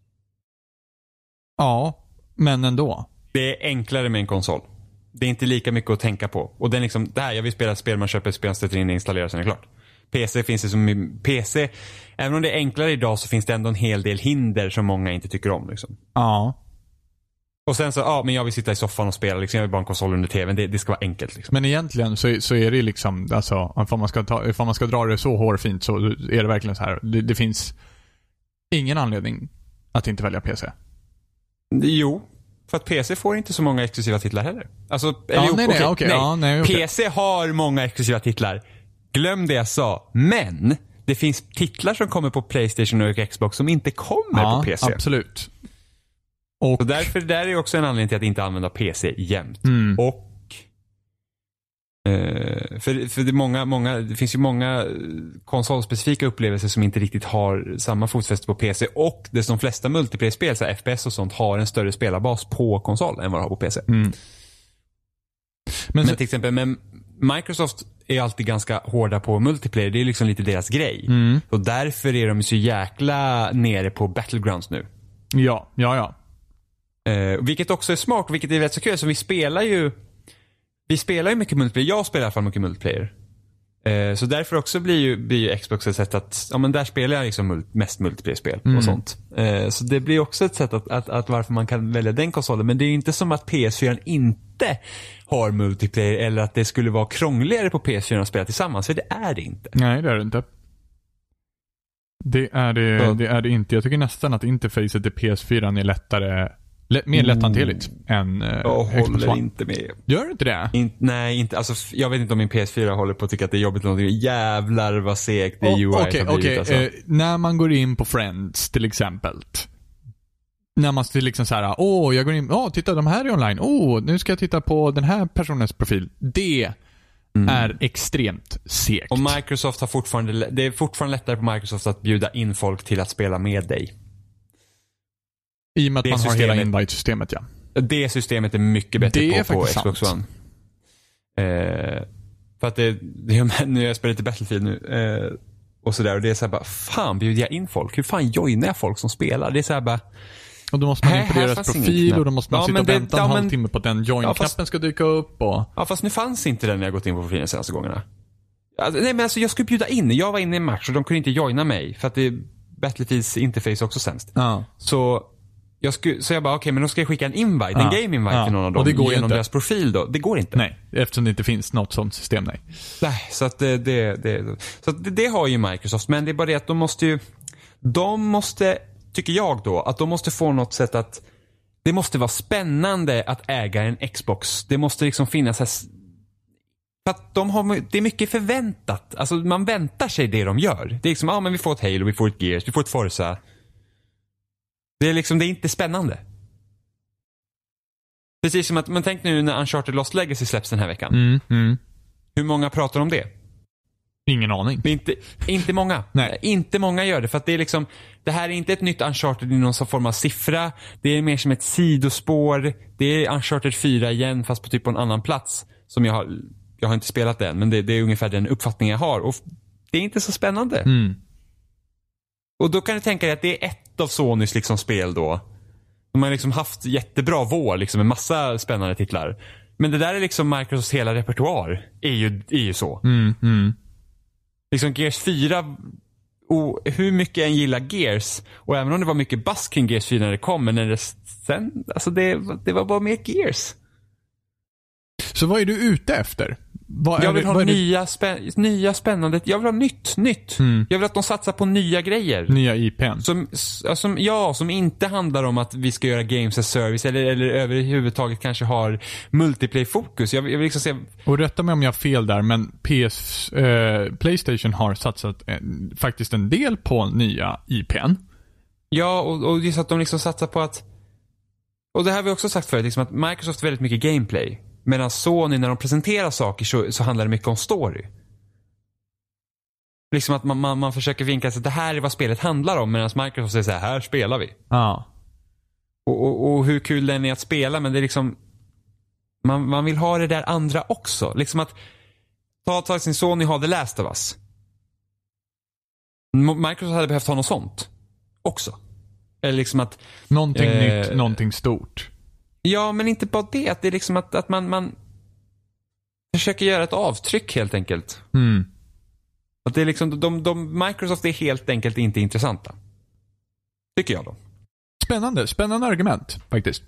Ja, men ändå. Det är enklare med en konsol. Det är inte lika mycket att tänka på. Och den liksom, jag vill spela ett spel, man köper ett spel, sätter in det, installerar, sen är det klart. PC finns det som PC. Även om det är enklare idag så finns det ändå en hel del hinder som många inte tycker om liksom. Ja. Och sen så, men jag vill sitta i soffan och spela liksom, jag vill bara en konsol under tvn, det ska vara enkelt liksom. Men egentligen så är det liksom, alltså, ifall man ska dra det så hårfint så är det verkligen så här. Det finns ingen anledning att inte välja PC. Jo, för att PC får inte så många exklusiva titlar heller. Alltså, PC har många exklusiva titlar. Glöm det jag sa. Men det finns titlar som kommer på PlayStation och Xbox som inte kommer på PC. Absolut. Och därför där är också en anledning till att inte använda PC jämt. Och för det finns ju många konsolspecifika upplevelser som inte riktigt har samma fotfäste på PC, och det som flesta multiplayer-spel, så FPS och sånt, har en större spelarbas på konsol än vad det har på PC. Men till exempel med Microsoft är alltid ganska hårda på multiplayer. Det är liksom lite deras grej. Och därför är de så jäkla nere på Battlegrounds nu. Ja. Vilket också är smart, vilket är rätt så kul. Så vi spelar ju mycket multiplayer. Jag spelar i alla fall mycket multiplayer. Så därför också blir ju Xbox ett sätt att, ja men där spelar jag liksom mest multiplayer-spel och sånt. Så det blir också ett sätt att varför man kan välja den konsolen. Men det är inte som att PS4 inte har multiplayer eller att det skulle vara krångligare på PS4 att spela tillsammans, för det är det inte. Nej, det är det inte. Det är det inte. Jag tycker nästan att interfacet i PS4 är lättare, mer lätthanterligt än jag Xbox håller One. inte med. Gör du inte det? Nej, inte. Alltså, jag vet inte om min PS4 håller på att tycka att det är jobbigt eller någonting. Jävlar vad segt det UI har blivit. Alltså. När man går in på Friends till exempel. När man liksom så här, jag går in, titta, de här är online. Nu ska jag titta på den här personens profil. Det är extremt segt. Och Microsoft har det är fortfarande lättare på Microsoft att bjuda in folk till att spela med dig. I och med att man har hela invite-systemet, ja. Det systemet är mycket bättre på Xbox One. För att nu har jag spelat lite Battlefield nu och sådär, och det är så här bara, fan, bjuder jag in folk? Hur fan joinar jag folk som spelar? Det är så här bara, och då måste man in på deras profil och då måste man sitta och vänta en halvtimme på att den join-knappen ska dyka upp. Ja, fast nu fanns inte den när jag gått in på profilen senaste gångerna. Nej, men alltså jag skulle bjuda in. Jag var inne i en match och de kunde inte joina mig för att Battlefields interface också sämst. Ja. Så jag bara, okej, men då ska jag skicka en invite, en game invite till någon av dem, och det går genom deras profil då. Det går inte. Nej, eftersom det inte finns något sånt system, nej. Nej, så att det har ju Microsoft, men det är bara det att de måste, tycker jag då, att de måste få något sätt att det måste vara spännande att äga en Xbox. Det måste liksom finnas här, för att det är mycket förväntat. Alltså man väntar sig det de gör. Det är liksom, men vi får ett Halo, vi får ett Gears, vi får ett Forza. Det är liksom, det är inte spännande. Precis som att, man tänk nu när Uncharted Lost Legacy släpps den här veckan. Hur många pratar om det? Ingen aning. Inte många. Nej. Inte många gör det, för att det är liksom, det här är inte ett nytt Uncharted i någon form av siffra. Det är mer som ett sidospår. Det är Uncharted 4 igen, fast på en annan plats. Som jag har inte spelat det än, men det är ungefär den uppfattning jag har. Och det är inte så spännande. Och då kan du tänka dig att det är ett av Sonys liksom spel då. De har liksom haft jättebra vår, liksom en massa spännande titlar. Men det där är liksom Microsofts hela repertoar. Är ju så. Liksom Gears 4, och hur mycket jag än gillar Gears, och även om det var mycket buzz kring Gears 4 när det kom, men när det sen, alltså det var bara mer Gears. Så vad är du ute efter? Jag vill ha nya spännande, jag vill ha nytt. Jag vill att de satsar på nya grejer. Nya IPn. Som inte handlar om att vi ska göra games as service eller överhuvudtaget kanske har multiplayer-fokus. Jag vill liksom se... Och rätta mig om jag har fel där, men PlayStation har satsat faktiskt en del på nya IPn. Ja, och just att de liksom satsar på att... Och det här har vi också sagt förut, liksom att Microsoft är väldigt mycket gameplay. Medan Sony, när de presenterar saker så handlar det mycket om story. Liksom att man försöker vinka att det här är vad spelet handlar om, medan Microsoft säger så här spelar vi. Ja. Och hur kul den är att spela, men det är liksom man vill ha det där andra också. Liksom att ta sin Sony har The Last of Us. Microsoft hade behövt ha något sånt också. Eller liksom att någonting nytt, någonting stort. Ja, men inte bara det. Att det är liksom att man försöker göra ett avtryck helt enkelt. Att det är liksom Microsoft är helt enkelt inte intressanta. Tycker jag då. Spännande argument faktiskt.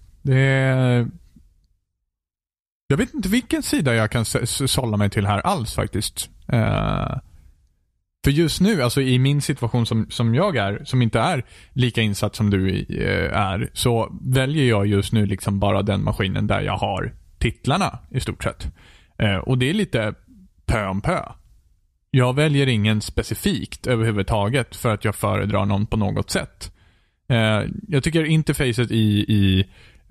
Jag vet inte vilken sida jag kan sålla mig till här alls faktiskt. För just nu, alltså i min situation som jag är, som inte är lika insatt som du är, så väljer jag just nu liksom bara den maskinen där jag har titlarna i stort sett. Och det är lite pö om pö. Jag väljer ingen specifikt överhuvudtaget för att jag föredrar någon på något sätt. Jag tycker interfacet i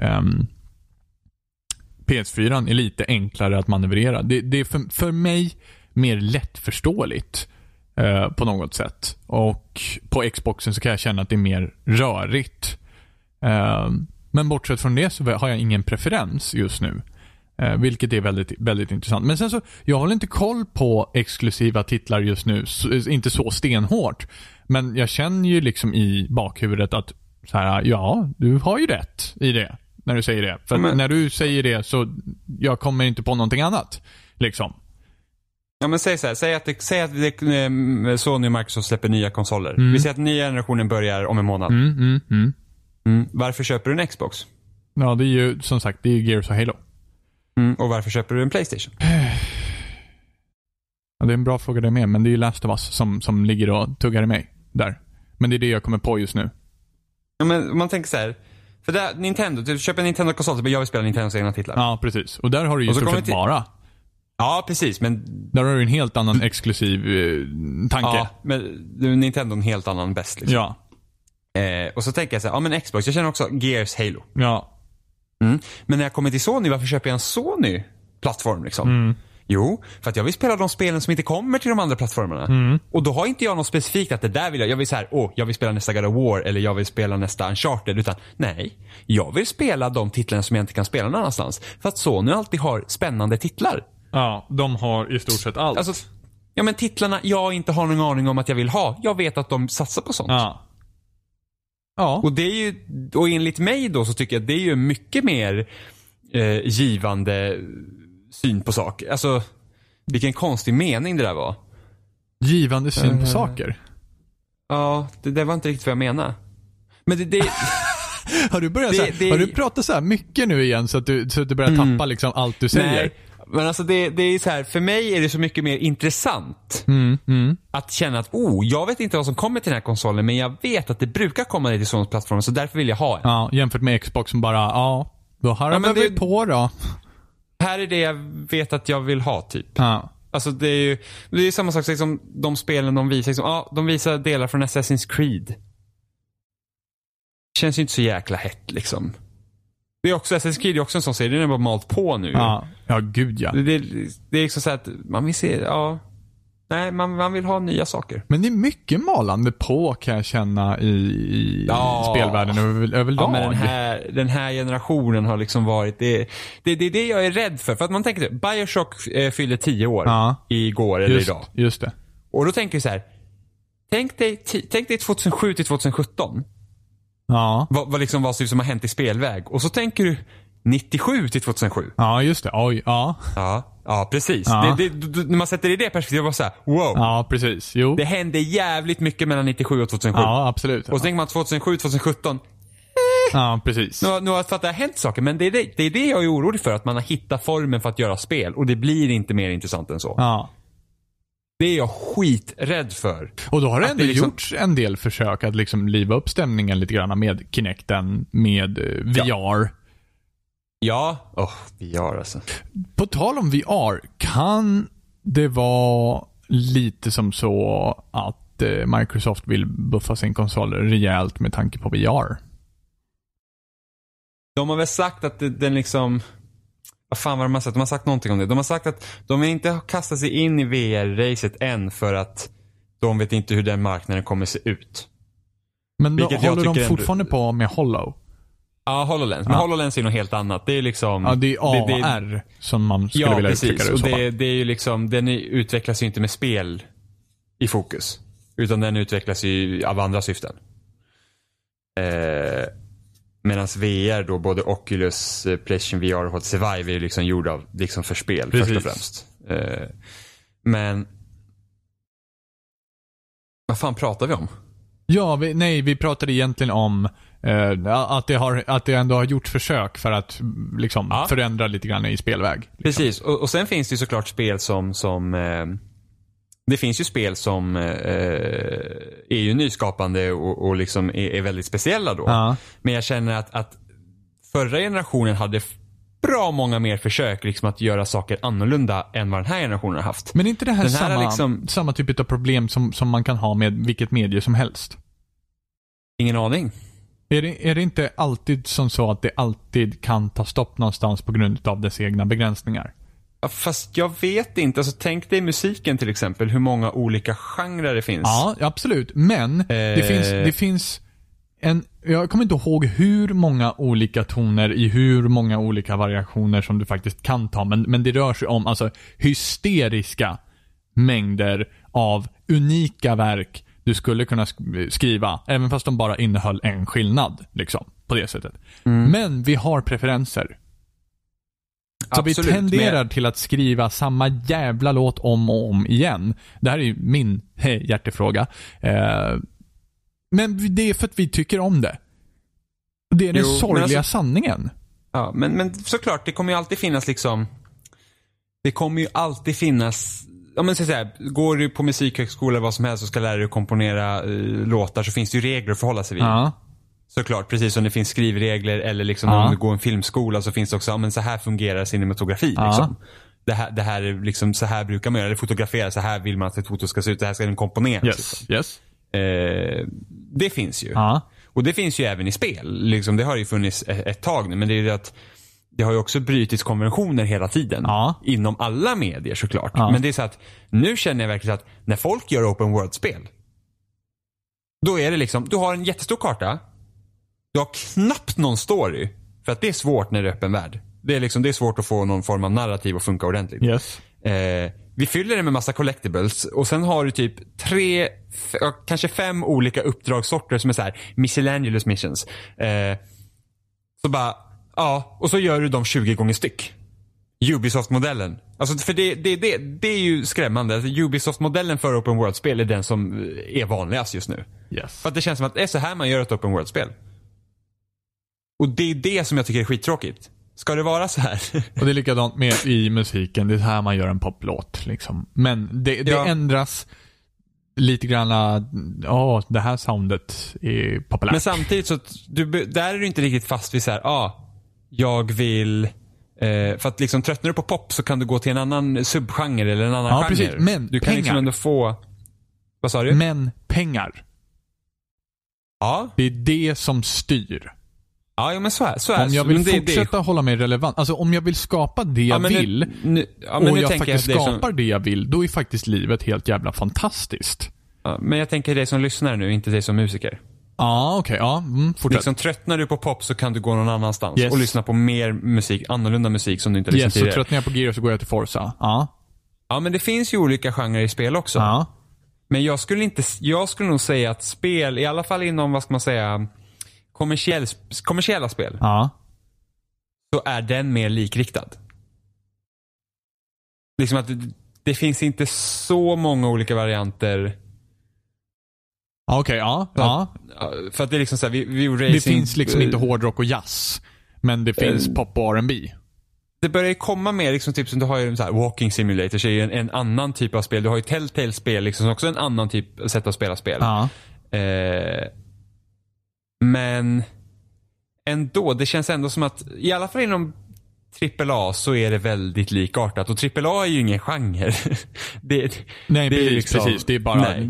PS4 är lite enklare att manövrera. Det är för mig mer lättförståeligt på något sätt. Och på Xboxen så kan jag känna att det är mer rörigt. Men bortsett från det så har jag ingen preferens just nu. Vilket är väldigt, väldigt intressant. Men sen så, jag håller inte koll på exklusiva titlar just nu. Inte så stenhårt. Men jag känner ju liksom i bakhuvudet att så här, ja, du har ju rätt i det. När du säger det. För när du säger det så jag kommer inte på någonting annat. Liksom. Ja, men säg så här, säg att Sony och Microsoft släpper nya konsoler. Vi säger att nya generationen börjar om en månad. Varför köper du en Xbox? Ja, det är ju som sagt, det är ju Gears och Halo. Och varför köper du en PlayStation? Ja, det är en bra fråga det med, men det är ju Last of Us som ligger och tuggar i mig där. Men det är det jag kommer på just nu. Ja, men om man tänker så här, för där, Nintendo, du köper en Nintendo-konsol så jag vill spela Nintendos egna titlar. Ja, precis. Och där har du ju stort sett bara. Ja, precis, men där har du en helt annan exklusiv tanke. Ja, men Nintendo är en helt annan bäst liksom. Ja. Och så tänker jag så här, ja men Xbox, jag känner också Gears Halo. Ja. Men när jag kommer till Sony, varför köper jag en Sony-plattform liksom? Jo, för att jag vill spela de spelen som inte kommer till de andra plattformarna. Och då har inte jag något specifikt att det där vill jag vill så här, jag vill spela nästa God of War eller jag vill spela nästa Uncharted, utan nej, jag vill spela de titlarna som jag inte kan spela någon annanstans. För att Sony alltid har spännande titlar. Ja, de har i stort sett allt. Alltså, ja men titlarna jag inte har någon aning om att jag vill ha. Jag vet att de satsar på sånt. Ja. Och det är ju, och enligt mig då så tycker jag att det är ju mycket mer givande syn på saker. Alltså, vilken konstig mening det där var. Givande syn på saker? Ja, det var inte riktigt vad jag menar. Men det har du börjat har du pratat så här mycket nu igen så att du börjar tappa liksom allt du säger? Nej. Men alltså det är så här, för mig är det så mycket mer intressant att känna att jag vet inte vad som kommer till den här konsolen, men jag vet att det brukar komma till sådana plattformar, så därför vill jag ha en. Ja, jämfört med Xbox som bara, då har vi på då. Här är det jag vet att jag vill ha typ. Ja. Alltså det är samma sak som de spelen de visar. Liksom, de visar delar från Assassin's Creed. Känns ju inte så jäkla hett liksom. Det är också, Assassin's Creed är också en sån serie, den är bara malt på nu. Ja, gud ja. Det är liksom så att man vill se, nej, man vill ha nya saker. Men det är mycket malande på, kan jag känna, i spelvärlden överlag. Ja, men den här generationen har liksom varit, det är det jag är rädd för att man tänker, BioShock fyllde 10 år igår eller idag. Just det. Och då tänker jag så här, tänk dig 2007 till 2017. Ja. Vad liksom vad som har hänt i spelväg. Och så tänker du 97 till 2007. Ja, just det. Oj, ja. Ja, precis. Ja. När man sätter det i det perspektivet, var så här, wow. Ja, precis. Jo. Det hände jävligt mycket mellan 97 och 2007. Ja, absolut. Och så tänker man 2007, 2017. Ja, precis. Nu har för att det har hänt saker, men det är det jag är orolig för, att man har hittat formen för att göra spel. Och det blir inte mer intressant än så. Ja. Det är jag skiträdd för. Och då har det ändå gjorts en del försök att liksom liva upp stämningen lite grann med Kinecten, med VR. Ja, VR alltså. På tal om VR, kan det vara lite som så att Microsoft vill buffa sin konsol rejält med tanke på VR? De har väl sagt att den liksom... Vad fan var de har sagt? De har sagt någonting om det. De har sagt att de vill inte kasta sig in i VR-racet än för att de vet inte hur den marknaden kommer se ut. Men då håller de fortfarande på med Hollow? Ja, HoloLens. Men HoloLens är något helt annat. Det är liksom... Ja, det är AR som man skulle vilja uttrycka det. Ja, precis. Och det är ju liksom... Den utvecklas ju inte med spel i fokus. Utan den utvecklas ju av andra syften. Medan VR då, både Oculus, PlayStation VR och HTC Vive är liksom gjord av liksom för spel. Precis. Först och främst. Men... Vad fan pratar vi om? Ja, vi pratade egentligen om att det ändå har gjort försök för att liksom förändra lite grann i spelväg. Liksom. Precis, och sen finns det ju såklart spel som det finns ju spel som är ju nyskapande och liksom är väldigt speciella då. Ja. Men jag känner att förra generationen hade bra många mer försök liksom att göra saker annorlunda än vad den här generationen har haft. Men är inte det här samma typ av problem som man kan ha med vilket medie som helst? Ingen aning. Är det inte alltid som så att det alltid kan ta stopp någonstans på grund av dess egna begränsningar? Ja, fast jag vet inte. Alltså, tänk dig musiken till exempel. Hur många olika genrer det finns. Ja, absolut. Men det finns jag kommer inte ihåg hur många olika toner i hur många olika variationer som du faktiskt kan ta. Men det rör sig om alltså hysteriska mängder av unika verk du skulle kunna skriva, även fast de bara innehöll en skillnad liksom, på det sättet. Men vi har preferenser. Så vi tenderar till att skriva samma jävla låt om och om igen. Det här är ju min hjärtefråga. Men det är för att vi tycker om det. Det är den sorgliga sanningen. Ja, men såklart, det kommer ju alltid finnas liksom... Det kommer ju alltid finnas... Om man säger så här, går du på musikhögskola eller vad som helst och ska lära dig att komponera låtar, så finns det ju regler att förhålla sig vid. Ja. Såklart, precis som det finns skrivregler eller liksom om du går en filmskola så finns det också, men så här fungerar cinematografi liksom. Det här är liksom, så här brukar man göra, det fotografera, så här vill man att ett foto ska se ut, så här ska den komponeras. Yes, liksom. Det finns ju. Och det finns ju även i spel. Liksom, det har ju funnits ett tag nu, men det är ju det att det har ju också brutits konventioner hela tiden. Inom alla medier såklart. Men det är så att nu känner jag verkligen att när folk gör open world-spel, då är det liksom, du har en jättestor karta, du har knappt någon story, för att det är svårt när det är öppen värld. Det är liksom, det är svårt att få någon form av narrativ att funka ordentligt. Yes. Vi fyller det med massa collectibles och sen har du typ kanske 5 olika uppdragssorter som är så här miscellaneous missions. Så bara, och så gör du dem 20 gånger styck. Ubisoft-modellen. Alltså för det är ju skrämmande. Alltså, Ubisoft-modellen för open world-spel är den som är vanligast just nu. Yes. För att det känns som att det är så här man gör ett open world-spel. Och det är det som jag tycker är skittråkigt. Ska det vara så här? Och det är likadant med i musiken. Det är så här man gör en poplåt liksom. Men det ändras lite grann. Det här soundet är populärt. Men samtidigt så där är du inte riktigt fast vid så här, jag vill för att liksom tröttnar du på pop så kan du gå till en annan subgenre eller en annan genre. Precis. Men du kan pengar. liksom ändå få, vad sa du? Men pengar. Ja. Det är det som styr. Ja, men så är. Om jag vill fortsätta hålla mig relevant, alltså om jag vill skapa det jag vill och jag faktiskt skapar det jag vill, då är faktiskt livet helt jävla fantastiskt. Ja, men jag tänker dig som lyssnare nu, inte dig som musiker. Okej. Fortsätt. Liksom, tröttnar du på pop så kan du gå någon annanstans och lyssna på mer musik, annorlunda musik som du inte lyssnar till. Så tröttnar jag på Gears så går jag till Forza. Ja, men det finns ju olika genrer i spel också. Men jag skulle nog säga att spel, i alla fall inom, vad ska man säga, kommersiella spel, så är den mer likriktad. Liksom att det finns inte så många olika varianter. För att det är liksom så här, vi racing, det finns liksom inte hårdrock och jazz, men det finns pop och R&B. Det börjar ju komma mer liksom, typ som du har ju så här, Walking Simulator, så är ju en annan typ av spel. Du har ju Telltale-spel liksom, också en annan typ sätt att spela spel. Men ändå, det känns ändå som att i alla fall inom AAA så är det väldigt likartat. Och AAA är ju ingen genre. Precis. Det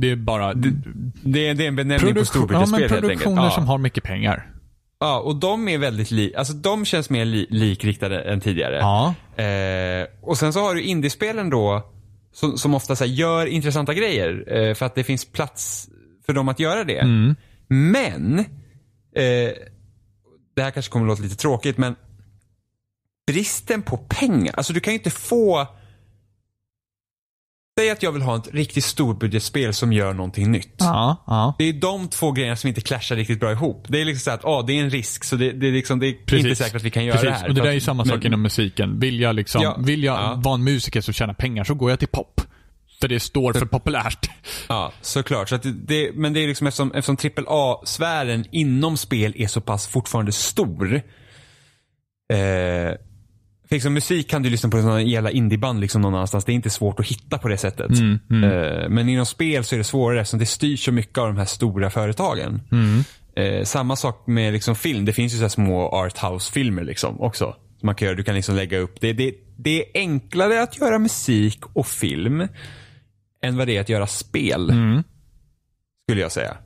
är en benämning på storbudgetspel helt enkelt. Produktioner som har mycket pengar. Ja, och de är väldigt alltså de känns mer likriktade än tidigare. Och sen så har du indiespelen då som ofta så här, gör intressanta grejer för att det finns plats för dem att göra det. Men det här kanske kommer att låta lite tråkigt, men bristen på pengar, alltså du kan ju inte få, säg att jag vill ha ett riktigt storbudgetspel som gör någonting nytt. Det är de två grejerna som inte clashar riktigt bra ihop. Det är liksom så att det är en risk, så det är liksom, det är inte säkert att vi kan göra det här. Och det där är ju samma sak inom musiken. Vill jag vara en musiker som tjänar pengar, så går jag till pop. För det står för populärt. Ja, såklart. Så att men det är liksom eftersom AAA-sfären inom spel är så pass fortfarande stor. För liksom musik kan du lyssna på sådana jävla indieband liksom någon annanstans. Det är inte svårt att hitta på det sättet. Men inom spel så är det svårare eftersom det styrs så mycket av de här stora företagen. Samma sak med liksom film. Det finns ju så här små arthouse-filmer liksom också. Som man kan göra. Du kan liksom lägga upp. Det är enklare att göra musik och film än vad det är att göra spel. Skulle jag säga.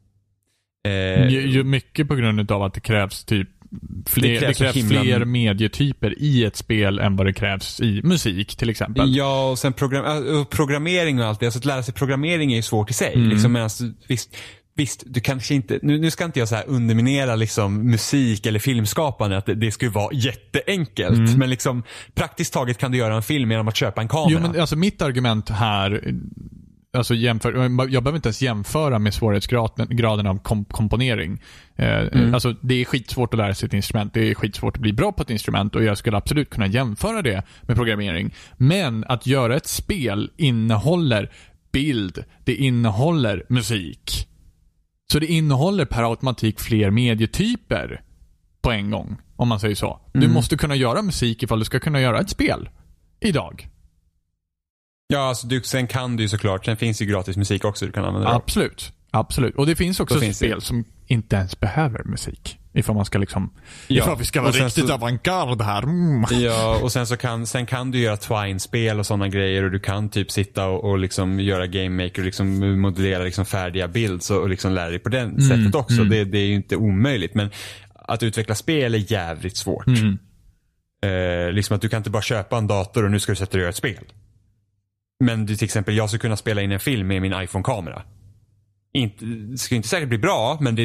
Ju mycket på grund av att det krävs typ fler medietyper i ett spel än vad det krävs i musik till exempel. Ja, och sen programmering och allt det. Alltså att lära sig programmering är ju svårt i sig. Liksom, visst, du kanske inte, nu ska inte jag så här underminera liksom musik eller filmskapande, att det skulle vara jätteenkelt, men liksom praktiskt taget kan du göra en film genom att köpa en kamera. Jo, men alltså mitt argument här, alltså jag behöver inte ens jämföra med svårighetsgraden av komponering. Alltså det är skitsvårt att lära sig ett instrument. Det är skitsvårt att bli bra på ett instrument, och jag skulle absolut kunna jämföra det med programmering. Men att göra ett spel innehåller bild, det innehåller musik. Så det innehåller per automatik fler medietyper på en gång, om man säger så. Du måste kunna göra musik ifall du ska kunna göra ett spel idag. Ja, alltså sen kan du ju såklart. Sen finns ju gratis musik också du kan använda. Absolut. Och det finns också spel som inte ens behöver musik. Ifall man ska liksom... Ifall vi ska vara riktigt avantgarde här. Ja, och sen kan du göra Twine-spel och sådana grejer. Och du kan typ sitta och liksom göra Game Maker och liksom modellera liksom färdiga builds och liksom lära dig på den sättet också. Det är ju inte omöjligt. Men att utveckla spel är jävligt svårt. Liksom att du kan inte bara köpa en dator och nu ska du sätta dig och göra ett spel. Men till exempel, jag skulle kunna spela in en film med min iPhone-kamera. Det skulle inte säkert bli bra, men det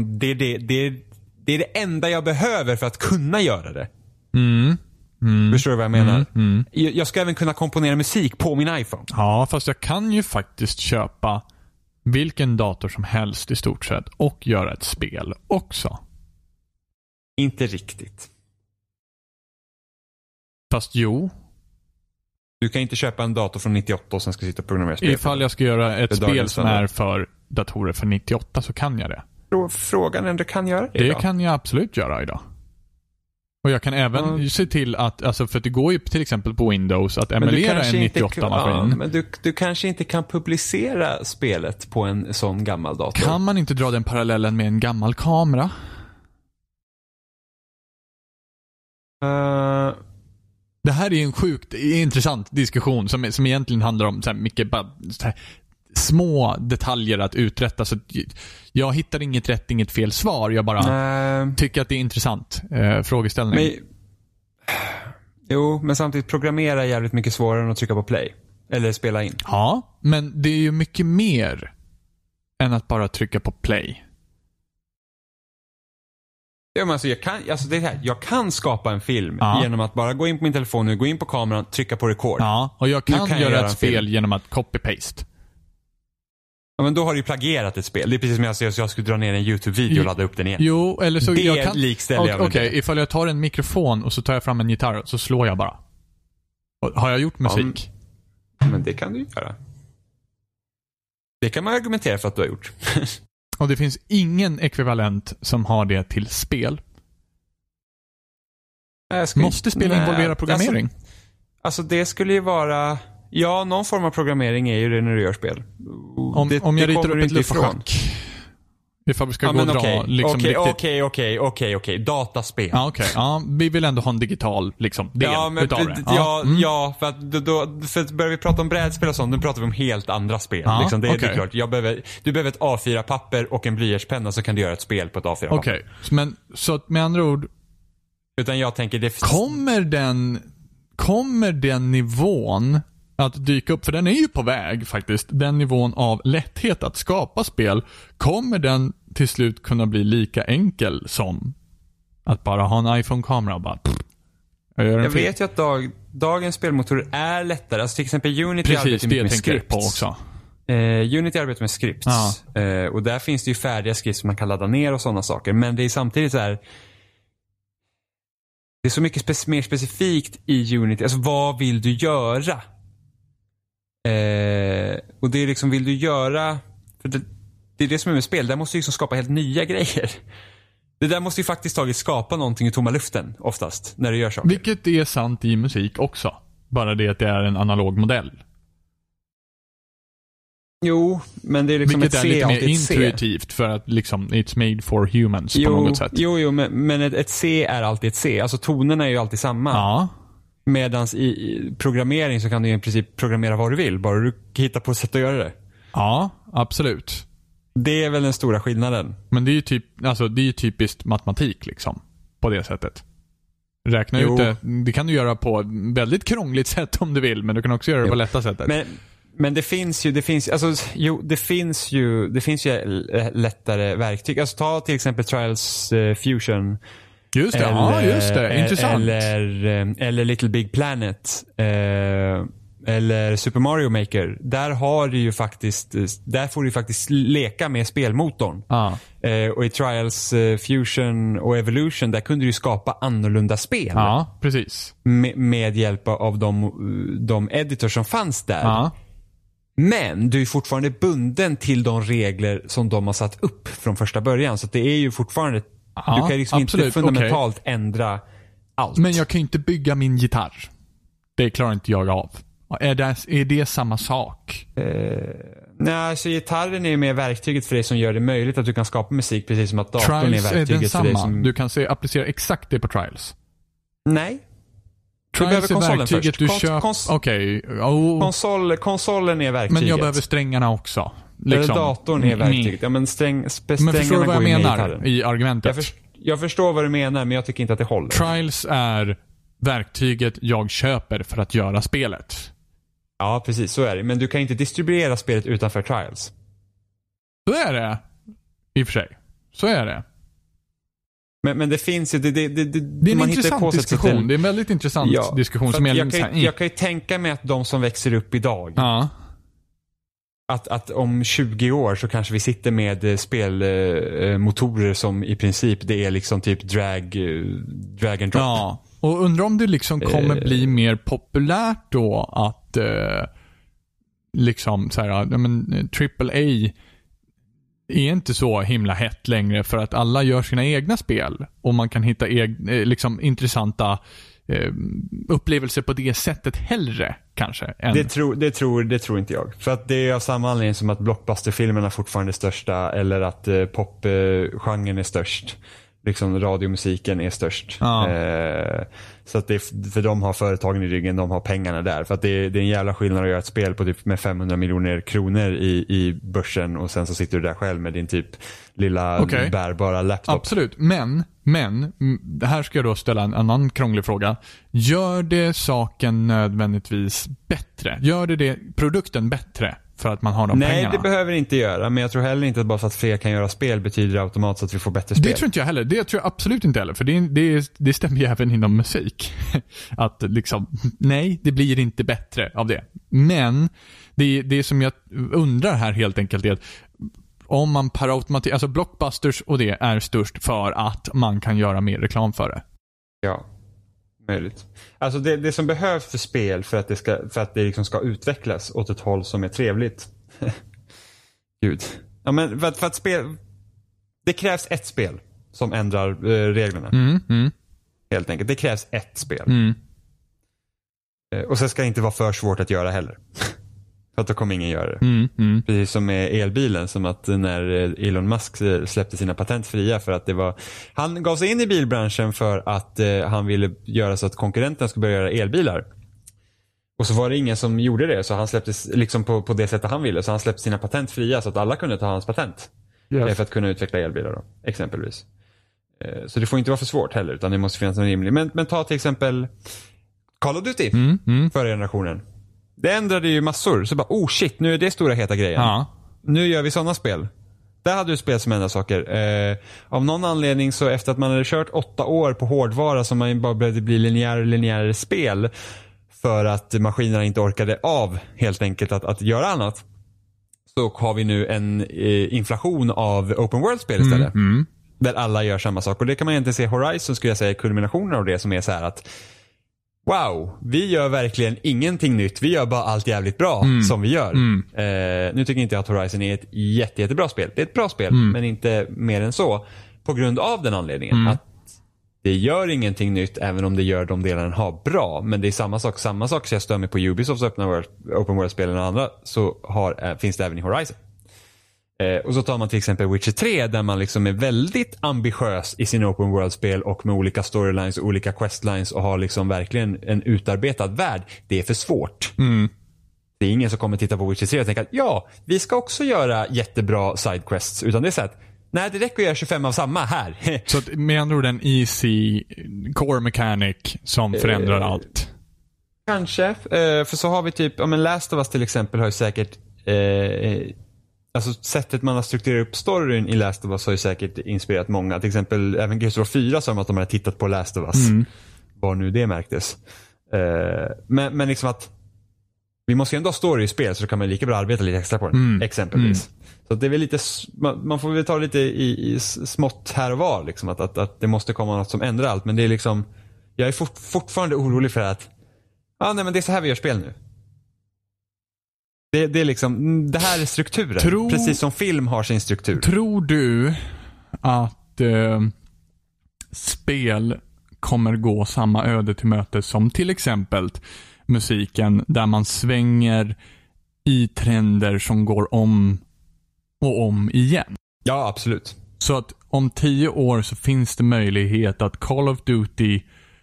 är det enda jag behöver för att kunna göra det. Förstår du vad jag menar? Jag ska även kunna komponera musik på min iPhone. Ja, fast jag kan ju faktiskt köpa vilken dator som helst i stort sett och göra ett spel också. Inte riktigt. Fast jo. Du kan inte köpa en dator från 98 och sen ska sitta och programmera spel. Ifall jag ska göra ett spel som är för datorer för 98 så kan jag det. Frågan är om du kan göra det idag. Det kan jag absolut göra idag. Och jag kan även se till att, alltså för att det går ju till exempel på Windows att emulera en 98-maskin. Ja, men du kanske inte kan publicera spelet på en sån gammal dator. Kan man inte dra den parallellen med en gammal kamera? Det här är en sjukt intressant diskussion som egentligen handlar om så här mycket så här små detaljer att uträtta. Så jag hittar inget rätt, inget fel svar. Jag bara tycker att det är intressant frågeställning. Men samtidigt programmera är jävligt mycket svårare än att trycka på play. Eller spela in. Ja, men det är ju mycket mer än att bara trycka på play. Ja, men alltså jag kan skapa en film genom att bara gå in på min telefon och gå in på kameran, trycka på record. Ja, och jag kan göra ett spel genom att copy-paste. Ja, men då har du ju plagierat ett spel. Det är precis som jag säger, så jag skulle dra ner en YouTube-video och ladda upp den igen. Jo, eller så det likställer jag med Okej, ifall jag tar en mikrofon och så tar jag fram en gitarr så slår jag bara. Har jag gjort musik? Ja, men det kan du göra. Det kan man argumentera för att du har gjort. Och det finns ingen ekvivalent som har det till spel. Måste spel involvera programmering? Alltså det skulle ju vara... Ja, någon form av programmering är ju det när du gör spel. Om jag ritar upp ett luftschack. Ifall vi ska gå och dra liksom Okej. Dataspel. Ja, okej. Ja, vi vill ändå ha en digital liksom del utav det. Ja, för att för att börjar vi prata om brädspel och sånt, då pratar vi om helt andra spel. Ja, liksom, det är klart. Du behöver ett A4-papper och en blyertspenna, så kan du göra ett spel på ett A4-papper. Okej, men så med andra ord, utan jag tänker kommer den nivån att dyka upp, för den är ju på väg faktiskt, den nivån av lätthet att skapa spel, kommer den till slut kunna bli lika enkel som att bara ha en iPhone-kamera och bara jag vet ju att dagens spelmotorer är lättare. Alltså till exempel Unity arbetar mycket med scripts. På också. Unity arbetar med scripts. Och där finns det ju färdiga scripts som man kan ladda ner och sådana saker. Men det är samtidigt så här, det är så mycket mer specifikt i Unity. Alltså vad vill du göra? Och det är liksom, vill du göra, för det är det som är med spel, där måste du liksom skapa helt nya grejer. Det där måste ju faktiskt skapa någonting i tomma luften oftast när du gör saker. Vilket är sant i musik också, bara det att det är en analog modell. Jo, men det är liksom vilket är lite mer intuitivt för att liksom it's made for humans på något sätt. Jo, men ett C är alltid ett C. Alltså tonerna är ju alltid samma. Ja. Medans i programmering så kan du i princip programmera vad du vill, bara du hittar på ett sätt att göra det. Ja, absolut. Det är väl den stora skillnaden. Men det är ju typiskt matematik liksom, på det sättet. Räkna ut det. Det kan du göra på ett väldigt krångligt sätt om du vill, men du kan också göra det på lätta sättet. Men det finns ju lättare verktyg. Alltså ta till exempel Trials Fusion. Just det, just det. Intressant. Eller Little Big Planet. eller Super Mario Maker, där får du ju faktiskt leka med spelmotorn. Och i Trials, Fusion och Evolution, där kunde du skapa annorlunda spel. Ja, precis. Med hjälp av de editors som fanns där. Men du är fortfarande bunden till de regler som de har satt upp från första början. Så att det är ju fortfarande, du kan liksom inte fundamentalt ändra allt. Men jag kan ju inte bygga min gitarr. Det klarar inte jag av. Är det samma sak? Nej, så gitarren är ju mer verktyget för dig som gör det möjligt att du kan skapa musik, precis som att datorn Trials är verktyget för dig som... Du kan applicera exakt det på Trials. Nej. Trials är verktyget du köper. Konsolen är verktyget. Men jag behöver strängarna också. Liksom. Eller datorn är verktyget. Ja, men men förstår du vad jag menar i argumentet? Jag förstår vad du menar, men jag tycker inte att det håller. Trials är verktyget jag köper för att göra spelet. Ja, precis. Så är det. Men du kan inte distribuera spelet utanför Trials. Så är det. I och för sig. Så är det. Men det finns ju... Det är en intressant diskussion. Det är en väldigt intressant diskussion. Som jag kan ju tänka mig att de som växer upp idag... Ja. Att om 20 år så kanske vi sitter med spelmotorer som i princip det är liksom typ drag and drop. Ja. Och undrar om det liksom kommer bli mer populärt då att liksom så här, AAA är inte så himla hett längre för att alla gör sina egna spel och man kan hitta liksom intressanta upplevelser på det sättet hellre kanske än... Det tror inte jag. För att det är av samma anledning som att blockbusterfilmerna fortfarande är största eller att popgenren är störst. Liksom radiomusiken är störst. Så att för de har företagen i ryggen, de har pengarna där. För att det är en jävla skillnad att göra ett spel på typ med 500 miljoner kronor i börsen och sen så sitter du där själv med din typ lilla bärbara laptop. Absolut, men här ska jag då ställa en annan krånglig fråga. Gör det saken nödvändigtvis bättre? Gör det produkten bättre? För att man har de pengarna. Nej, det behöver det inte göra. Men jag tror heller inte att bara för att fler kan göra spel betyder det automatiskt att vi får bättre spel. Det tror inte jag heller. Det tror jag absolut inte heller. För det stämmer ju även inom musik. Att liksom, nej, det blir inte bättre av det. Men det som jag undrar här helt enkelt är att om man per automatik, alltså blockbusters och det är störst för att man kan göra mer reklam för det. Ja. Möjligt. Alltså det som behövs för spel för att det liksom ska utvecklas åt ett håll som är trevligt. Gud. Ja, men för att spel, det krävs ett spel som ändrar reglerna. Helt enkelt. Det krävs ett spel. Och så ska det inte vara för svårt att göra heller. För att då kommer ingen göra det. Precis som med elbilen, som att när Elon Musk släppte sina patent fria för att det var... Han gav sig in i bilbranschen för att han ville göra så att konkurrenterna skulle börja göra elbilar. Och så var det ingen som gjorde det, så han släpptes liksom på det sättet han ville. Så han släppte sina patent fria så att alla kunde ta hans patent. Yes. För att kunna utveckla elbilar då, exempelvis. Så det får inte vara för svårt heller, utan det måste finnas en rimlig. Men ta till exempel Call of Duty, förra generationen. Det ändrade ju massor. Så bara, shit, nu är det stora heta grejen. Nu gör vi sådana spel. Där hade du spel som ändrade saker. Av någon anledning så efter att man hade kört 8 år på hårdvara så man bara började bli linjärare spel för att maskinerna inte orkade av helt enkelt att göra annat. Så har vi nu en inflation av open world-spel istället. Där alla gör samma sak. Och det kan man egentligen se Horizon, skulle jag säga, kulminationen av det, som är så här att wow, vi gör verkligen ingenting nytt. Vi gör bara allt jävligt bra som vi gör. Nu tycker inte jag att Horizon är ett jättebra spel. Det är ett bra spel, men inte mer än så. På grund av den anledningen. Att det gör ingenting nytt, även om det gör de delarna den har bra. Men det är samma sak. Samma sak så jag stör mig på Ubisofts open world-spelen och andra, så finns det även i Horizon. Och så tar man till exempel Witcher 3, där man liksom är väldigt ambitiös i sin open world-spel och med olika storylines och olika questlines och har liksom verkligen en utarbetad värld. Det är för svårt. Det är ingen som kommer titta på Witcher 3 och tänka att ja, vi ska också göra jättebra sidequests, utan det är så att nej, det räcker att göra 25 av samma här. Så att, med andra ord, en easy core mechanic som förändrar allt. Kanske, för så har vi typ, ja men Last of Us till exempel har ju säkert alltså sättet man har strukturerat upp storyn i Last of Us har ju säkert inspirerat många. Till exempel även Gears of War 4 sa att de hade tittat på Last of Us. Var nu det märktes. Men liksom att vi måste ju ändå ha story i spel, så då kan man lika bra arbeta lite extra på den, exempelvis. Så att det är väl lite, man får väl ta lite i smått här och var liksom, att det måste komma något som ändrar allt, men det är liksom, jag är fortfarande orolig för att nej men det är så här vi gör spel nu. Det är liksom, det här är strukturen, precis som film har sin struktur. Tror du att spel kommer gå samma öde till mötes som till exempel musiken, där man svänger i trender som går om och om igen? Ja, absolut. Så att om 10 år så finns det möjlighet att Call of Duty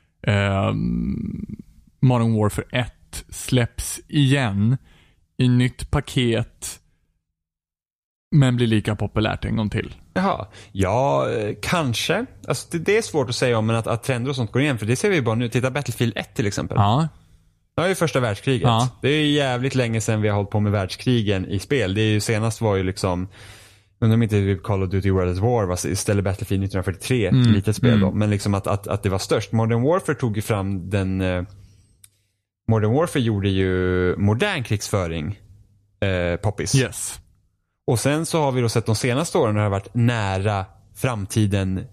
Modern Warfare 1 släpps igen i nytt paket, men blir lika populärt en gång till. Jaha, ja, kanske. Alltså det är svårt att säga om, men att trender och sånt går igen, för det ser vi ju bara nu. Titta Battlefield 1 till exempel. Ja. Det var ju första världskriget. Ja. Det är ju jävligt länge sedan vi har hållit på med världskrigen i spel. Det är ju senast var ju liksom, undrar om inte Call of Duty World at War var istället Battlefield 1943, litet spel då. Men liksom att det var störst. Modern Warfare tog ju fram den... Modern Warfare gjorde ju modern krigsföring poppis. Yes. Och sen så har vi då sett de senaste åren när det har varit nära framtiden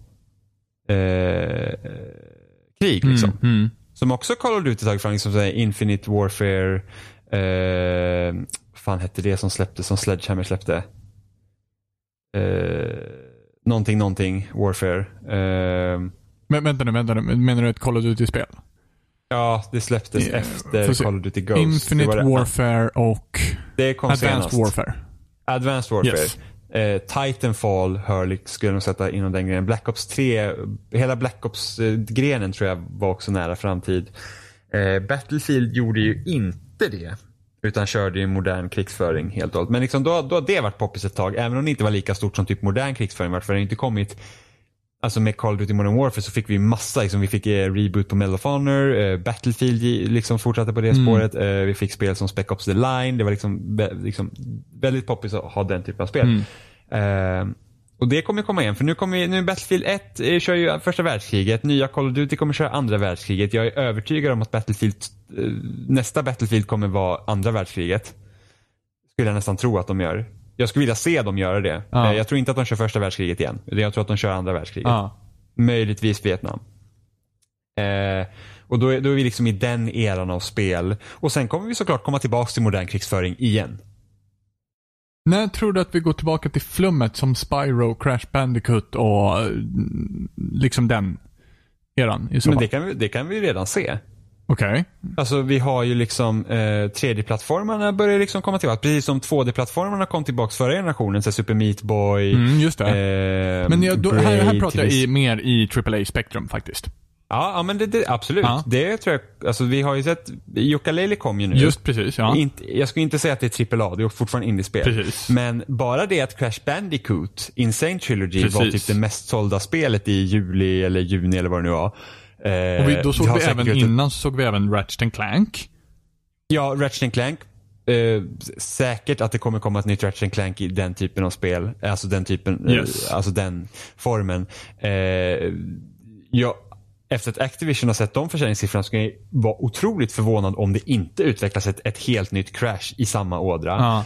krig liksom. Som också Call of Duty tagit fram, liksom såhär Infinite Warfare, vad fan hette det som släppte, som Sledgehammer släppte? Någonting Warfare. Men vänta nu, menar du ett Call of Duty-spel? Ja, det släpptes efter Call of Duty Ghost. Infinite Warfare och det kom Advanced senast. Warfare. Advanced Warfare. Yes. Titanfall skulle jag sätta inom den grejen. Black Ops 3, hela Black Ops-grenen tror jag var också nära framtid. Battlefield gjorde ju inte det, utan körde ju modern krigsföring helt och hållet. Men liksom då har det varit poppis ett tag, även om det inte var lika stort som typ modern krigsföring, för det har inte kommit. Alltså med Call of Duty Modern Warfare så fick vi massa, liksom, vi fick reboot på Medal of Honor, Battlefield liksom fortsatte på det spåret, vi fick spel som Spec Ops The Line, det var liksom väldigt poppis att ha den typen av spel. Och det kommer komma igen, för nu Battlefield 1 kör ju första världskriget, nya Call of Duty kommer köra andra världskriget. Jag är övertygad om att nästa Battlefield kommer vara andra världskriget. Skulle jag nästan tro att de gör. Jag skulle vilja se dem göra det. Ja. Jag tror inte att de kör första världskriget igen. Jag tror att de kör andra världskriget. Ja. Möjligtvis Vietnam. Och då är vi liksom i den eran av spel. Och sen kommer vi såklart komma tillbaka till modern krigsföring igen. När tror du att vi går tillbaka till flummet som Spyro, Crash Bandicoot och liksom den eran i så fall? Men det kan vi redan se. Okej. Alltså vi har ju liksom 3D-plattformarna börjar liksom komma tillbaka. Precis som 2D-plattformarna kom tillbaka förra generationen. Så Super Meat Boy. Just det. Men här pratar jag mer i AAA-spektrum faktiskt. Ja, men det absolut. Ja. Det tror jag, alltså vi har ju sett, Yooka-Laylee kom ju nu. Just precis, ja. Jag skulle inte säga att det är AAA, det är fortfarande indiespel. Precis. Men bara det att Crash Bandicoot Insane Trilogy var typ det mest sålda spelet i juli eller juni eller vad det nu var. Och då såg vi även innan såg vi även Ratchet & Clank. Ja, Ratchet & Clank. Säkert att det kommer komma ett nytt Ratchet & Clank i den typen av spel. Alltså den typen, alltså den formen. Efter att Activision har sett de försäljningssiffrorna ska jag vara otroligt förvånad om det inte utvecklas ett helt nytt Crash i samma ådra.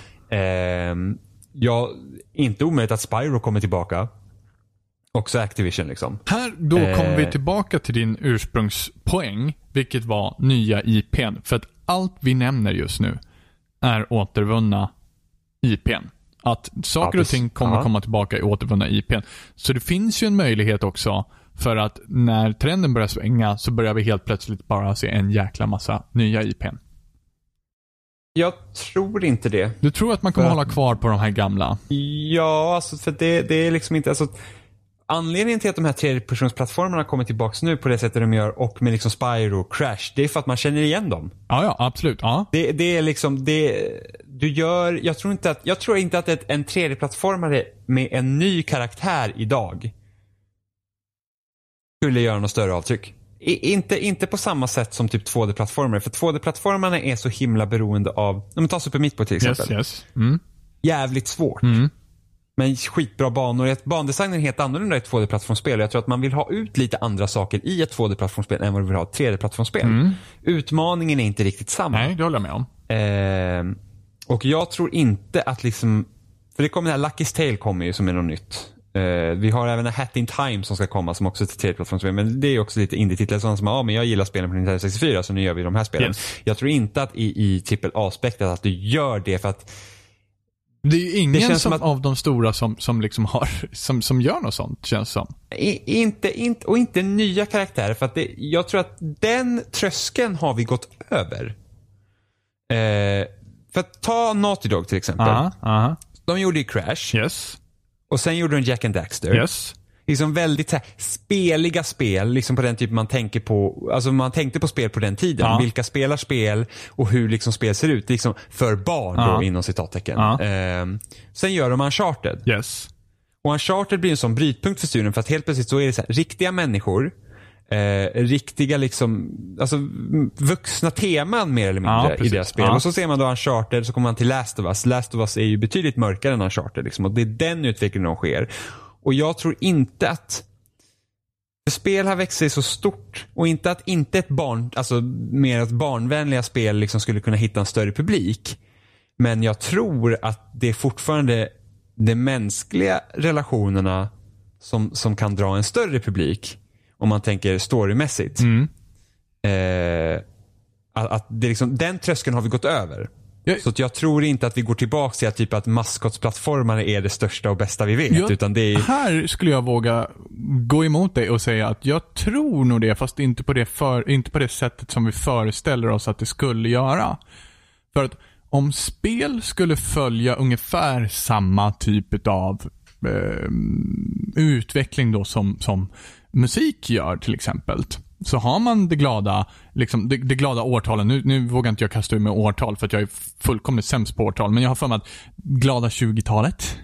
Inte omöjligt att Spyro kommer tillbaka. Också Activision liksom. Här då kommer vi tillbaka till din ursprungspoäng, vilket var nya IPn. För att allt vi nämner just nu är återvunna IPn. Att saker och ting kommer komma tillbaka i återvunna IPn. Så det finns ju en möjlighet också för att när trenden börjar svänga så börjar vi helt plötsligt bara se en jäkla massa nya IPn. Jag tror inte det. Du tror att man kommer hålla kvar på de här gamla? Ja, alltså för det är liksom inte, alltså anledningen till att de här tredjepersonsplattformarna kommer tillbaka nu på det sättet de gör och med liksom Spyro och Crash, det är för att man känner igen dem. Ja, absolut. Ja. Det är liksom jag tror inte att en tredjeplattformare med en ny karaktär idag skulle göra något större avtryck. Inte på samma sätt som typ 2D-plattformar, för 2D-plattformarna är så himla beroende av, om man tar Super Meat Boy till exempel. Yes. Jävligt svårt. Men skitbra banor. Bandesignen är helt annorlunda i ett 2D-plattformsspel. Jag tror att man vill ha ut lite andra saker i ett 2D-plattformsspel än vad du vill ha ett 3D-plattformsspel. Utmaningen är inte riktigt samma. Nej, det håller jag med om. Och jag tror inte att liksom, för det kommer den här Lucky's Tale kommer ju som är något nytt. Vi har även en Hat in Time som ska komma som också är till 3-plattformsspel, men det är också lite indie-titlar sådana som men jag gillar spelen på Nintendo 64 så nu gör vi de här spelen. Yes. Jag tror inte att i AAA-spektrat att du gör det för att det är ju ingen det som att, av de stora som liksom har som gör något sånt, känns som. Inte nya karaktärer, för att jag tror att den tröskeln har vi gått över. För att ta Naughty Dog till exempel. De gjorde ju Crash. Yes. Och sen gjorde de Jack and Daxter. Yes. Liksom väldigt så här, speliga spel, liksom på den typ man tänker på, alltså man tänkte på spel på den tiden. Vilka spelar spel och hur liksom spel ser ut, liksom för barn då, inom citattecken. Sen gör de Uncharted. Yes. Och Uncharted blir en sån brytpunkt för studien, för att helt plötsligt så är det så här, riktiga människor, riktiga liksom, alltså vuxna teman mer eller mindre i deras spel. Och så ser man då Uncharted, så kommer man till Last of Us. Last of Us är ju betydligt mörkare än Uncharted liksom, och det är den utvecklingen som sker. Och jag tror inte att spel har växt sig så stort, och inte att inte ett barn, alltså mer ett barnvänliga spel liksom skulle kunna hitta en större publik. Men jag tror att det är fortfarande de mänskliga relationerna som kan dra en större publik, om man tänker storymässigt. Att det liksom, den tröskeln har vi gått över. Så att jag tror inte att vi går tillbaka till att typ att maskotsplattformar är det största och bästa vi vet. Utan det är... Här skulle jag våga gå emot dig och säga att jag tror nog det, fast inte på det sättet som vi föreställer oss att det skulle göra. För att om spel skulle följa ungefär samma typ av utveckling då som musik gör till exempel, så har man det glada liksom, det glada årtalen. Nu vågar inte jag kasta ur med årtal för att jag är fullkomligt sämst på årtal, men jag har för mig att glada 20-talet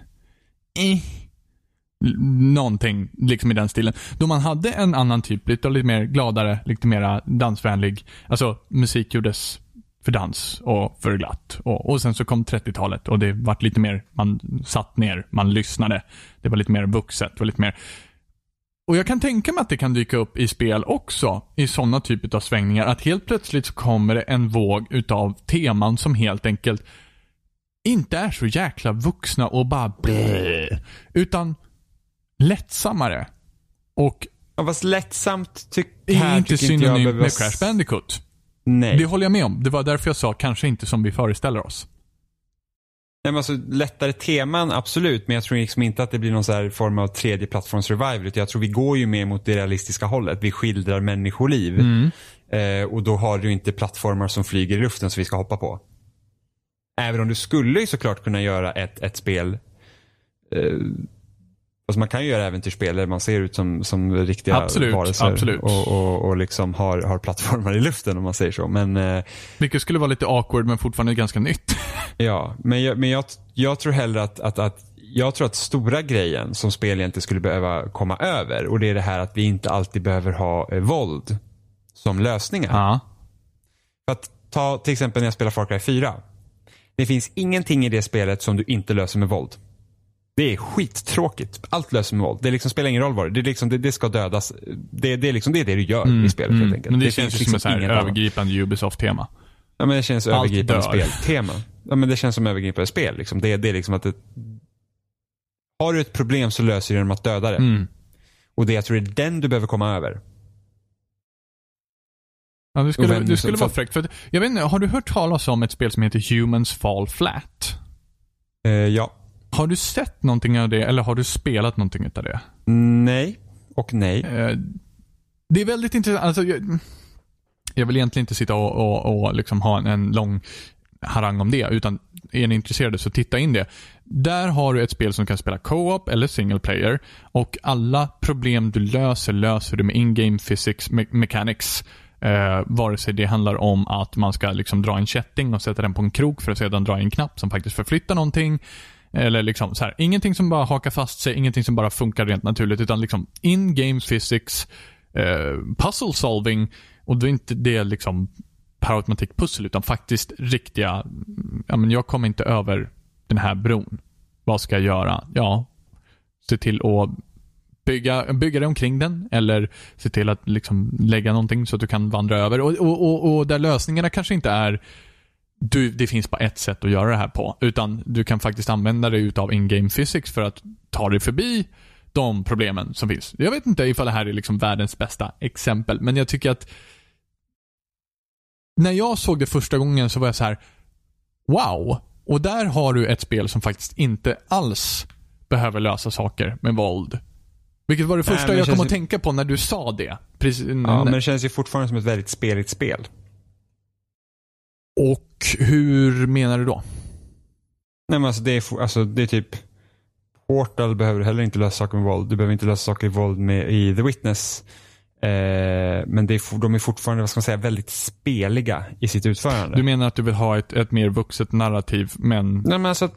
någonting liksom i den stilen, då man hade en annan typ, lite mer gladare, lite mer dansvänlig, alltså musik gjordes för dans och för glatt, och sen så kom 30-talet och det var lite mer, man satt ner, man lyssnade, det var lite mer vuxet, det var lite mer. Och jag kan tänka mig att det kan dyka upp i spel också, i sådana typer av svängningar, att helt plötsligt så kommer det en våg utav teman som helt enkelt inte är så jäkla vuxna och bara blä, utan lättsammare. Och fast lättsamt är inte synonym med Crash Bandicoot. Nej. Det håller jag med om. Det var därför jag sa kanske inte som vi föreställer oss. Nej, men alltså, lättare teman, absolut. Men jag tror liksom inte att det blir någon så här form av tredje plattforms revival. Utan jag tror vi går ju mer mot det realistiska hållet. Vi skildrar människoliv. Och då har du inte plattformar som flyger i luften som vi ska hoppa på. Även om du skulle ju såklart kunna göra ett spel. Alltså man kan ju göra äventyrsspel där man ser ut som riktiga varelser. Absolut. Och liksom har plattformar i luften, om man säger så. Men, vilket skulle vara lite awkward men fortfarande ganska nytt. Ja, men jag tror hellre att jag tror att stora grejen som spel inte skulle behöva komma över, och det är det här att vi inte alltid behöver ha våld som lösningar. För att ta till exempel när jag spelar Far Cry 4. Det finns ingenting i det spelet som du inte löser med våld. Det är skittråkigt. Allt löser med våld. Det liksom spelar ingen roll vad det är. Liksom, det ska dödas. Det är liksom det du gör i spelet helt enkelt. Men det känns liksom som ett övergripande Ubisoft-tema. Ja, men det känns övergripande speltema. Ja, men det känns som övergripande spel. Liksom. Det är liksom att har du ett problem så löser du genom att döda det. Och det jag tror är den du behöver komma över. Ja, det skulle vara fräckt. För jag vet inte, har du hört talas om ett spel som heter Humans Fall Flat? Ja. Har du sett någonting av det, eller har du spelat någonting av det? Nej och nej. Det är väldigt intressant. Alltså, jag vill egentligen inte sitta och liksom ha en lång harang om det, utan är ni intresserade så titta in det. Där har du ett spel som kan spela co-op eller single player, och alla problem du löser du med in-game physics mechanics. Vare sig det handlar om att man ska liksom dra en kätting och sätta den på en krok för att sedan dra en knapp som faktiskt förflyttar någonting, eller liksom så här, ingenting som bara hakar fast sig, ingenting som bara funkar rent naturligt, utan liksom in-game physics, puzzle solving, och då är inte det liksom per automatik pussel, utan faktiskt riktiga, ja men jag kommer inte över den här bron, vad ska jag göra? Ja, se till att bygga det omkring den, eller se till att liksom lägga någonting så att du kan vandra över, och där lösningarna kanske inte är det finns bara ett sätt att göra det här på. Utan du kan faktiskt använda dig utav in-game physics för att ta dig förbi de problemen som finns. Jag vet inte ifall det här är liksom världens bästa exempel, men jag tycker att när jag såg det första gången så var jag så här: wow! Och där har du ett spel som faktiskt inte alls behöver lösa saker med våld. Vilket var det första jag kom att tänka på när du sa det. Precis, men det känns ju fortfarande som ett väldigt speligt spel. Och hur menar du då? Nej, men alltså det är typ Portal behöver heller inte lösa saker med våld. Du behöver inte lösa saker i våld med i The Witness. Men de är fortfarande, vad ska man säga, väldigt speliga i sitt utförande. Du menar att du vill ha ett mer vuxet narrativ, men... Nej, men alltså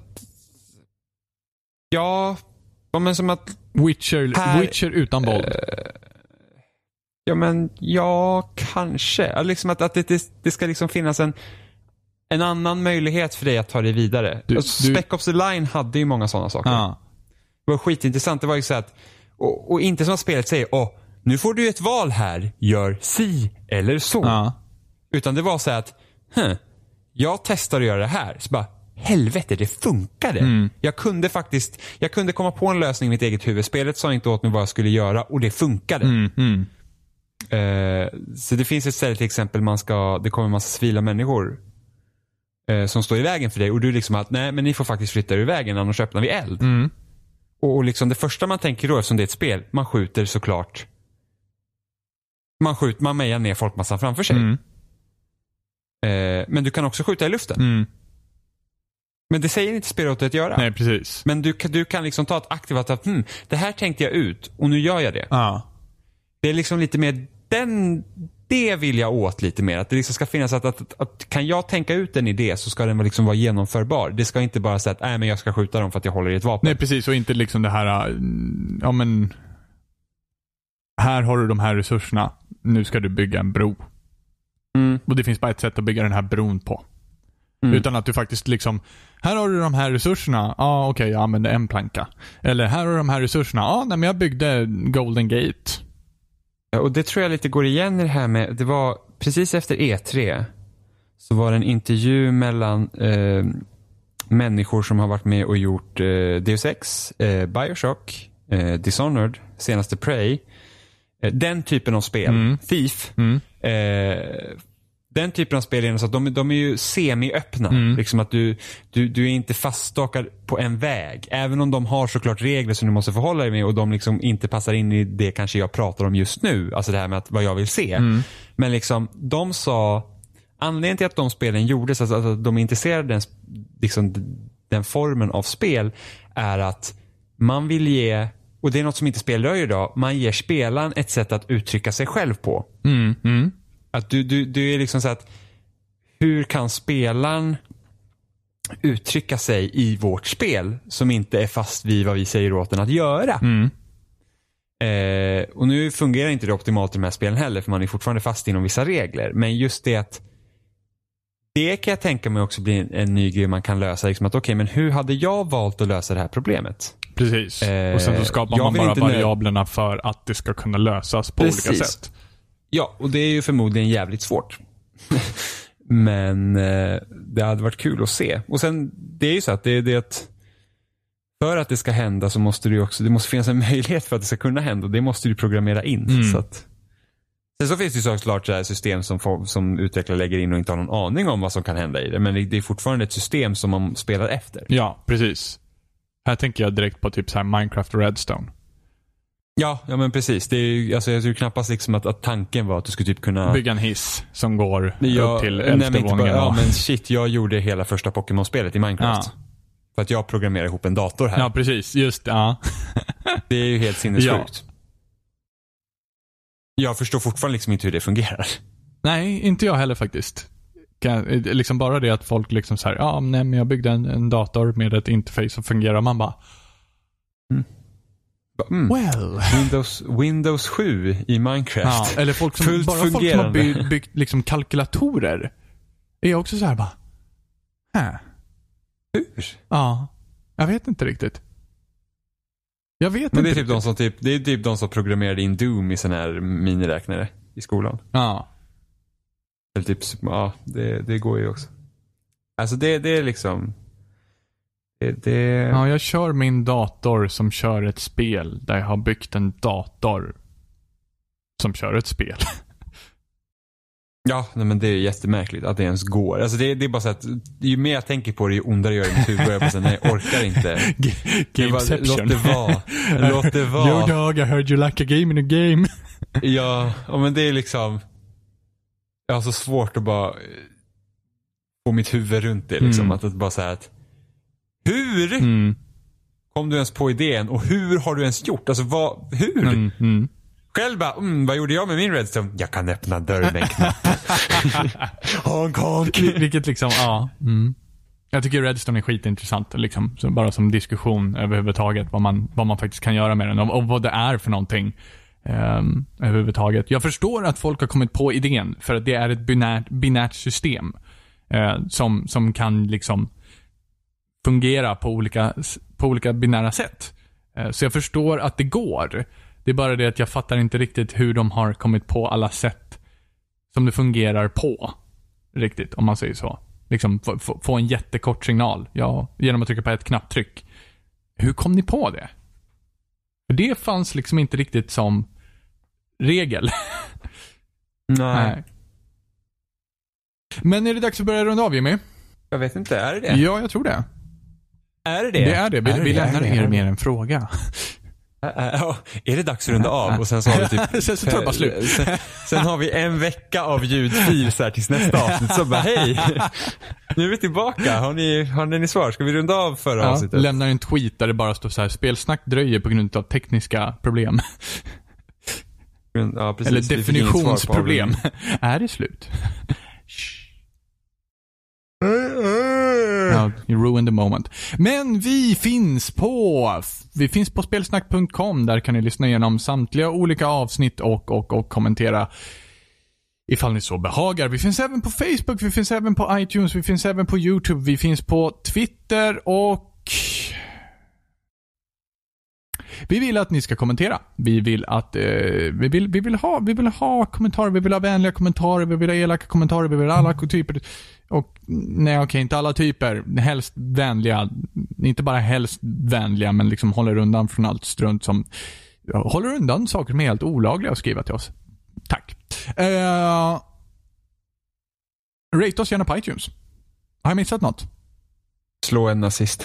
ja, men som att Witcher utan våld. Ja, men ja, kanske. Liksom att det ska liksom finnas en annan möjlighet för dig att ta dig vidare. Spec Ops The Line hade ju många sådana saker. Det var skitintressant. Det var ju så att, och inte som att spelet säger, nu får du ett val här, gör si eller så. Utan det var så att, jag testar att göra det här. Så bara, helvete, det funkade. Jag kunde komma på en lösning i mitt eget huvud. Spelet sa inte åt mig vad jag skulle göra, och det funkade. Så det finns ett ställe till exempel, det kommer en massa civila människor som står i vägen för dig, och du liksom att, nej, men ni får faktiskt flytta ur vägen, annars öppnar vi eld. Och liksom det första man tänker då, eftersom det är ett spel, man skjuter såklart. Man mejar ner folkmassan framför sig. Men du kan också skjuta i luften. Men det säger inte spelet åt dig att göra. Nej, precis. Men du kan liksom ta ett aktivt att det här tänkte jag ut, och nu gör jag det. Det är liksom lite mer det vill jag åt lite mer. Att det liksom ska finnas att kan jag tänka ut en idé, så ska den liksom vara genomförbar. Det ska inte bara säga att men jag ska skjuta dem för att jag håller i ett vapen. Nej, precis. Och inte liksom det här, ja men, här har du de här resurserna, nu ska du bygga en bro. Och det finns bara ett sätt att bygga den här bron på. Utan att du faktiskt liksom, här har du de här resurserna, okej, jag använder en planka. Eller här har du de här resurserna, men jag byggde Golden Gate. Och det tror jag lite går igen i det här med, det var precis efter E3 så var det en intervju mellan människor som har varit med och gjort Deus Ex, Bioshock, Dishonored, senaste Prey, den typen av spel, Thief, den typen av spel är så att de är ju semi-öppna. Liksom att du är inte faststakad på en väg. Även om de har såklart regler som du måste förhålla dig med, och de liksom inte passar in i det kanske jag pratar om just nu. Alltså det här med vad jag vill se. Men liksom, de sa, anledningen till att de spelen gjordes, alltså att de är intresserade liksom, den formen av spel, är att man vill ge, och det är något som inte spel gör idag, man ger spelaren ett sätt att uttrycka sig själv på. Att du är liksom så att, hur kan spelaren uttrycka sig i vårt spel som inte är fast vid vad vi säger åt den att göra? Och nu fungerar inte det optimalt i de här spelen heller, för man är fortfarande fast inom vissa regler. Men just det att det kan jag tänka mig också bli en ny grej man kan lösa. Liksom att men hur hade jag valt att lösa det här problemet? Precis. Och sen så skapar man bara variablerna för att det ska kunna lösas på olika sätt. Ja, och det är ju förmodligen jävligt svårt. Men det hade varit kul att se. Och sen, det är ju så att det att för att det ska hända så måste det måste finnas en möjlighet för att det ska kunna hända. Det måste du programmera in. Så att, sen så finns det ju såklart så här system som utvecklare lägger in och inte har någon aning om vad som kan hända i det. Men det är fortfarande ett system som man spelar efter. Ja, precis. Här tänker jag direkt på typ så här Minecraft och Redstone. Ja, men precis. Det är ju, alltså jag tror knappast liksom att tanken var att du skulle typ kunna bygga en hiss som går upp till 11:e våningen. Ja, men shit, jag gjorde hela första Pokémon-spelet i Minecraft. För att jag programmerade ihop en dator här. Ja, precis. Just det är ju helt sinnessjukt. Jag förstår fortfarande liksom inte hur det fungerar. Nej, inte jag heller faktiskt. Liksom bara det att folk liksom så här, men jag byggde en dator med ett interface som fungerar. Man bara well. Windows 7 i Minecraft. Eller folk som har byggt liksom kalkylatorer. Är också så här bara, hur? Ja, jag vet inte riktigt. Men det är typ de som programmerade in Doom i sån här miniräknare i skolan. Ja. Eller typ, det går ju också. Alltså det är liksom... Ja, jag kör min dator som kör ett spel där jag har byggt en dator som kör ett spel. Ja, nej, men det är jättemärkligt att det ens går. Alltså det är bara så att ju mer jag tänker på det, ju ondare gör det i mitt huvud. Jag bara säga, nej, jag orkar inte. Gameception. Låt det vara. Yo dog, I heard you like a game in a game. Ja, men det är liksom... Jag har så svårt att bara få mitt huvud runt det liksom. Att bara säga att hur kom du ens på idén och hur har du ens gjort? Alltså hur? Själv bara, vad gjorde jag med min Redstone? Jag kan öppna dörren med en knapp. Honk, honk. Vilket liksom, ja. Jag tycker Redstone är skitintressant liksom, så bara som diskussion överhuvudtaget vad man faktiskt kan göra med den och vad det är för någonting överhuvudtaget. Jag förstår att folk har kommit på idén för att det är ett binärt system som kan liksom fungera på olika binära sätt. Så jag förstår att det går. Det är bara det att jag fattar inte riktigt hur de har kommit på alla sätt som det fungerar på. Riktigt, om man säger så. Liksom få en jättekort signal. Ja, genom att trycka på ett knapptryck. Hur kom ni på det? För det fanns liksom inte riktigt som regel. Nej. Men är det dags att börja runda av, Jimmy? Jag vet inte, är det det? Ja, jag tror det. Är det det? Det är det. Vi lämnar er mer en fråga. Är det dags att runda av? Och sen så har vi typ... sen så tar det bara slut. Sen har vi en vecka av ljudfil så här tills nästa avsnitt. Så bara, hej! Nu är vi tillbaka. Har ni svar? Ska vi runda av förra avsnittet? Lämnar en tweet där det bara står så här: spelsnack dröjer på grund av tekniska problem. Ja, precis. Eller definitionsproblem. Är det slut? You ruined the moment. Men vi finns på spelsnack.com. Där kan ni lyssna igenom samtliga olika avsnitt och kommentera ifall ni så behagar. Vi finns även på Facebook, vi finns även på iTunes, vi finns även på YouTube, vi finns på Twitter och vi vill att ni ska kommentera. Vi vill ha kommentarer, vi vill ha vänliga kommentarer, vi vill ha elaka kommentarer, vi vill ha alla typer. Och nej, okej, inte alla typer. Helst vänliga, inte bara helst vänliga, men liksom håller undan från allt strunt som håller undan saker som är helt olagliga att skriva till oss. Tack. Rate oss gärna på iTunes. Har jag missat något? Slå en nazist.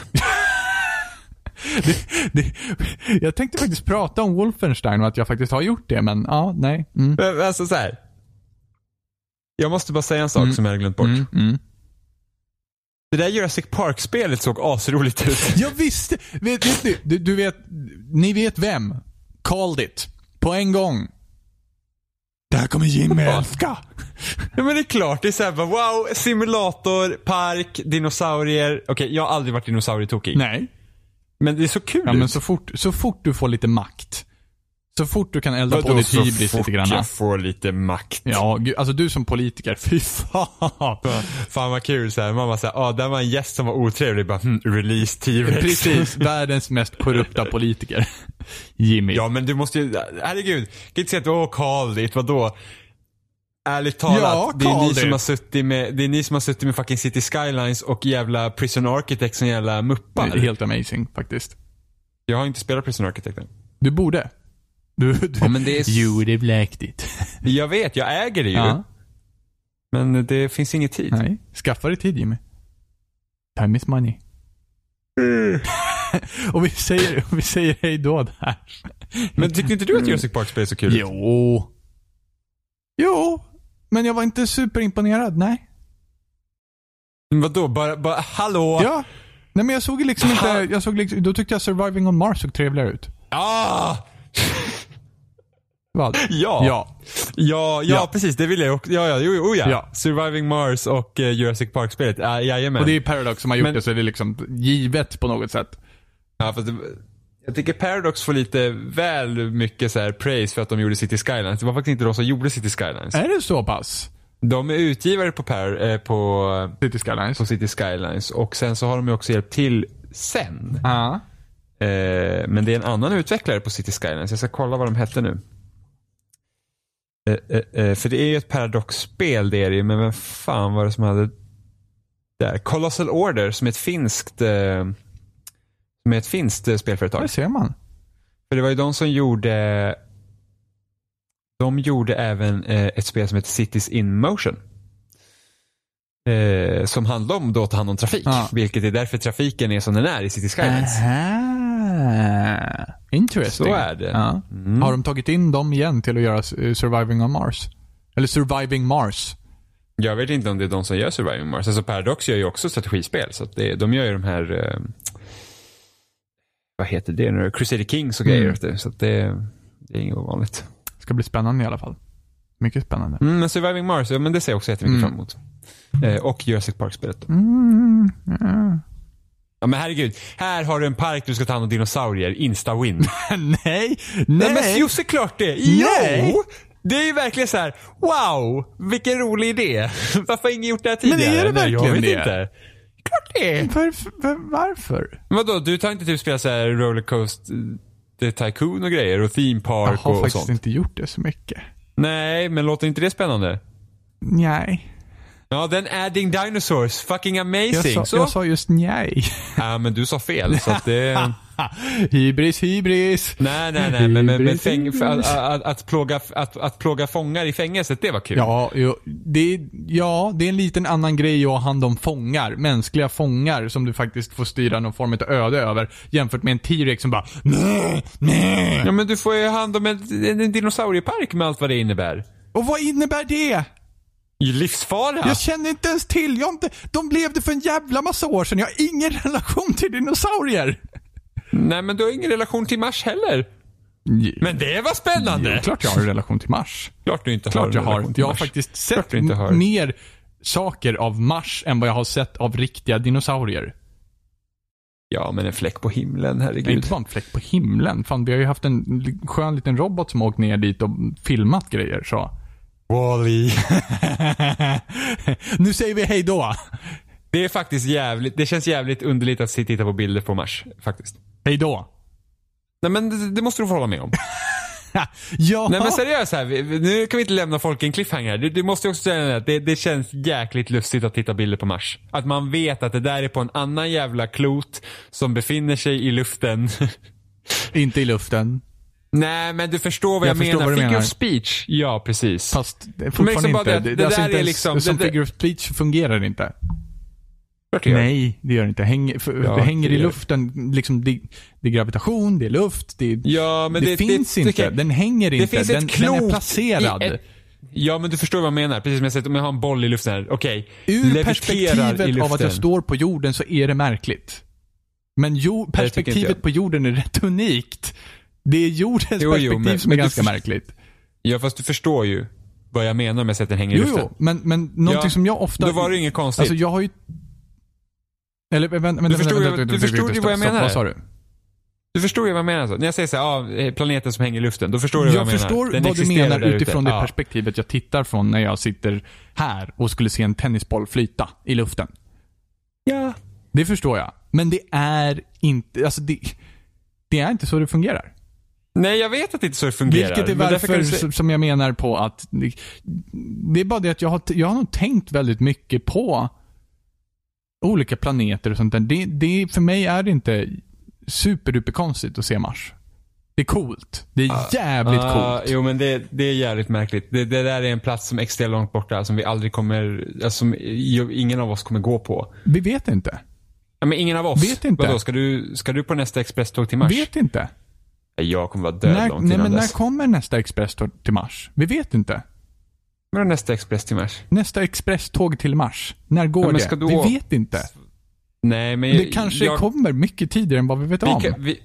Jag tänkte faktiskt prata om Wolfenstein och att jag faktiskt har gjort det, men ja, nej. Alltså så här. Jag måste bara säga en sak som jag har glömt bort. Det där Jurassic Park-spelet såg asroligt ut. Jag visste. Du vet, ni vet vem. Called it. På en gång. Där kommer Jimmy älska. Ja, men det är klart. Det är såhär, wow, simulator, park, dinosaurier. Okej, jag har aldrig varit dinosaurietokig. Nej. Men det är så kul. Ja, men så fort du får lite makt. Så fort du kan elda på ditt hybris lite grann. Jag får lite makt. Ja, alltså du som politiker, fy fan. Fan vad kul så här. Mamma säger, där var en gäst som var otrevlig. Bara, release T-Rex. Precis, världens mest korrupta politiker. Jimmy. Ja, men du måste ju, herregud. Kan inte säga att Carl it, vadå? Ärligt talat, ja, det är ni som har suttit med fucking City Skylines och jävla Prison Architect som jävla muppar. Det är helt amazing faktiskt. Jag har inte spelat Prison Architect än. Du borde. Ja, men det är... You would have liked it. Jag vet, jag äger det ju. Ja. Men det finns ingen tid. Nej, skaffa dig tid, Jimmy. Time is money. Och vi säger hej då där. Men tyckte inte du att Jurassic Park-spel är så kul? Jo, men jag var inte superimponerad, nej. Men vadå? Bara hallå? Ja. Nej, men jag såg liksom inte... då tyckte jag Surviving on Mars såg trevligare ut. Vad? Ja, precis. Det vill jag också. Ja. Surviving Mars och Jurassic Park-spelet. Jajamän. Och det är Paradox som har gjort det, så det är liksom givet på något sätt. Ja, fast jag tycker Paradox får lite väl mycket så här praise för att de gjorde City Skylines. Det var faktiskt inte de som gjorde City Skylines. Är det så pass? De är utgivare på City Skylines. Och sen så har de ju också hjälpt till sen. Ja. Men det är en annan utvecklare på City Skylines. Jag ska kolla vad de hette nu. För det är ju ett Paradox-spel, det är det ju. Men vem fan var det som hade Där. Colossal Order som är ett finskt spelföretag. Det ser man. För det var ju de som gjorde även ett spel som heter Cities in Motion. Som handlar om då att ta hand om trafik. Vilket är därför trafiken är som den är i City Skylines. Interesting. Så är det. Ja. Har de tagit in dem igen till att göra Surviving on Mars? Eller Surviving Mars? Jag vet inte om det är de som gör Surviving Mars. Alltså Paradox gör ju också strategispel. Så att de gör ju de här vad heter det nu? Crusader Kings och grejer. Så att det är inget ovanligt. Det ska bli spännande i alla fall. Mycket spännande. Men Surviving Mars, men det ser jag också jättemycket fram emot. Och Jurassic Park-spelet. Ja, men herregud. Här har du en park du ska ta hand om dinosaurier. Insta-win. Nej. Men jo, såklart det. Nej. Jo. Det är ju verkligen så här: wow, vilken rolig idé. Varför har ingen gjort det här tidigare? Men är det verkligen jag vet det? Inte. Klart det är. Varför? Men vadå, du tar inte typ spela så här Rollercoaster Tycoon och grejer och Theme Park jag har och faktiskt sånt? inte gjort det så mycket. Nej, men låter inte det spännande? Nej. Ja, den Adding Dinosaurs, fucking amazing. Jag sa just nej. Ja, men du sa fel, så att det... Hybris. Nej, men att plåga fångar i fängelset, det var kul. Ja, det är en liten annan grej att ha hand om fångar, mänskliga fångar som du faktiskt får styra någon form av öde över, jämfört med en T-Rex som bara nej. Ja, men du får ju hand om en dinosauriepark med allt vad det innebär. Och vad innebär det? Livsfara. Jag känner inte ens till. De levde för en jävla massa år sedan. Jag har ingen relation till dinosaurier. Nej, men du har ingen relation till Mars heller. Men det var spännande. Jo, klart jag har en relation till Mars. Klart du inte klart har en relation till Mars. Jag har faktiskt sett mer saker av Mars än vad jag har sett av riktiga dinosaurier. Ja, men en fläck på himlen, herregud. Nej, inte bara en fläck på himlen. Fan, vi har ju haft en skön liten robot som åkt ner dit och filmat grejer, så. Wall-E. Nu säger vi hej då. Det är faktiskt det känns jävligt underligt att titta på bilder på Mars, faktiskt. Hej då. Nej, men det måste du få hålla med om. Ja. Nej, men seriöst här, nu kan vi inte lämna folk i en cliffhanger. Du måste ju också säga att det känns jäkligt lustigt att titta bilder på Mars. Att man vet att det där är på en annan jävla klot som befinner sig i luften. Inte i luften. Nej, men du förstår vad jag menar. Figure of speech. Ja, precis. Fast fortfarande inte. Det där är liksom... Som figure of speech fungerar det inte. Nej, det gör det inte. Det hänger i luften. Liksom, det är gravitation, det är luft. Ja, men det finns inte. Den hänger inte. Finns den är placerad. Ja, men du förstår vad jag menar. Precis som jag säger, om jag har en boll i luften här. Okej. Ur perspektivet av att jag står på jorden så är det märkligt. Men perspektivet på jorden är rätt unikt. Det är jordens perspektiv som är ganska märkligt. Ja, fast du förstår ju vad jag menar med att den hänger i luften. Jo, men någonting som jag ofta... Då var det inget konstigt. Alltså jag har ju... Eller, du förstod ju vad jag menar. Vad sa du? Du förstår ju vad jag menar. När jag säger så här, planeten som hänger i luften, då förstår du vad jag menar. Jag förstår vad du menar utifrån det perspektivet jag tittar från när jag sitter här och skulle se en tennisboll flyta i luften. Ja. Det förstår jag. Men det är inte... Alltså det är inte så det fungerar. Nej, jag vet att det inte så det fungerar. Vilket är varför som jag menar på att... Det är bara det att jag har nog tänkt väldigt mycket på olika planeter och sånt där. För mig är det inte superduper konstigt att se Mars. Det är coolt. Det är jävligt coolt. Jo, men det är jävligt märkligt. Det där är en plats som är extra långt borta, som vi aldrig kommer... Alltså, som ingen av oss kommer gå på. Vi vet inte. Ja, men ingen av oss. Vet inte. Vadå, ska du på nästa expresståg till Mars? Vet inte. Jag kommer vara död långt innan men dess. när kommer nästa expresståg till Mars? Vi vet inte. Men nästa express till Mars? Nästa expresståg till Mars. När går det? Vi vet inte. Nej, men det kanske kommer mycket tidigare än vad vi vet om.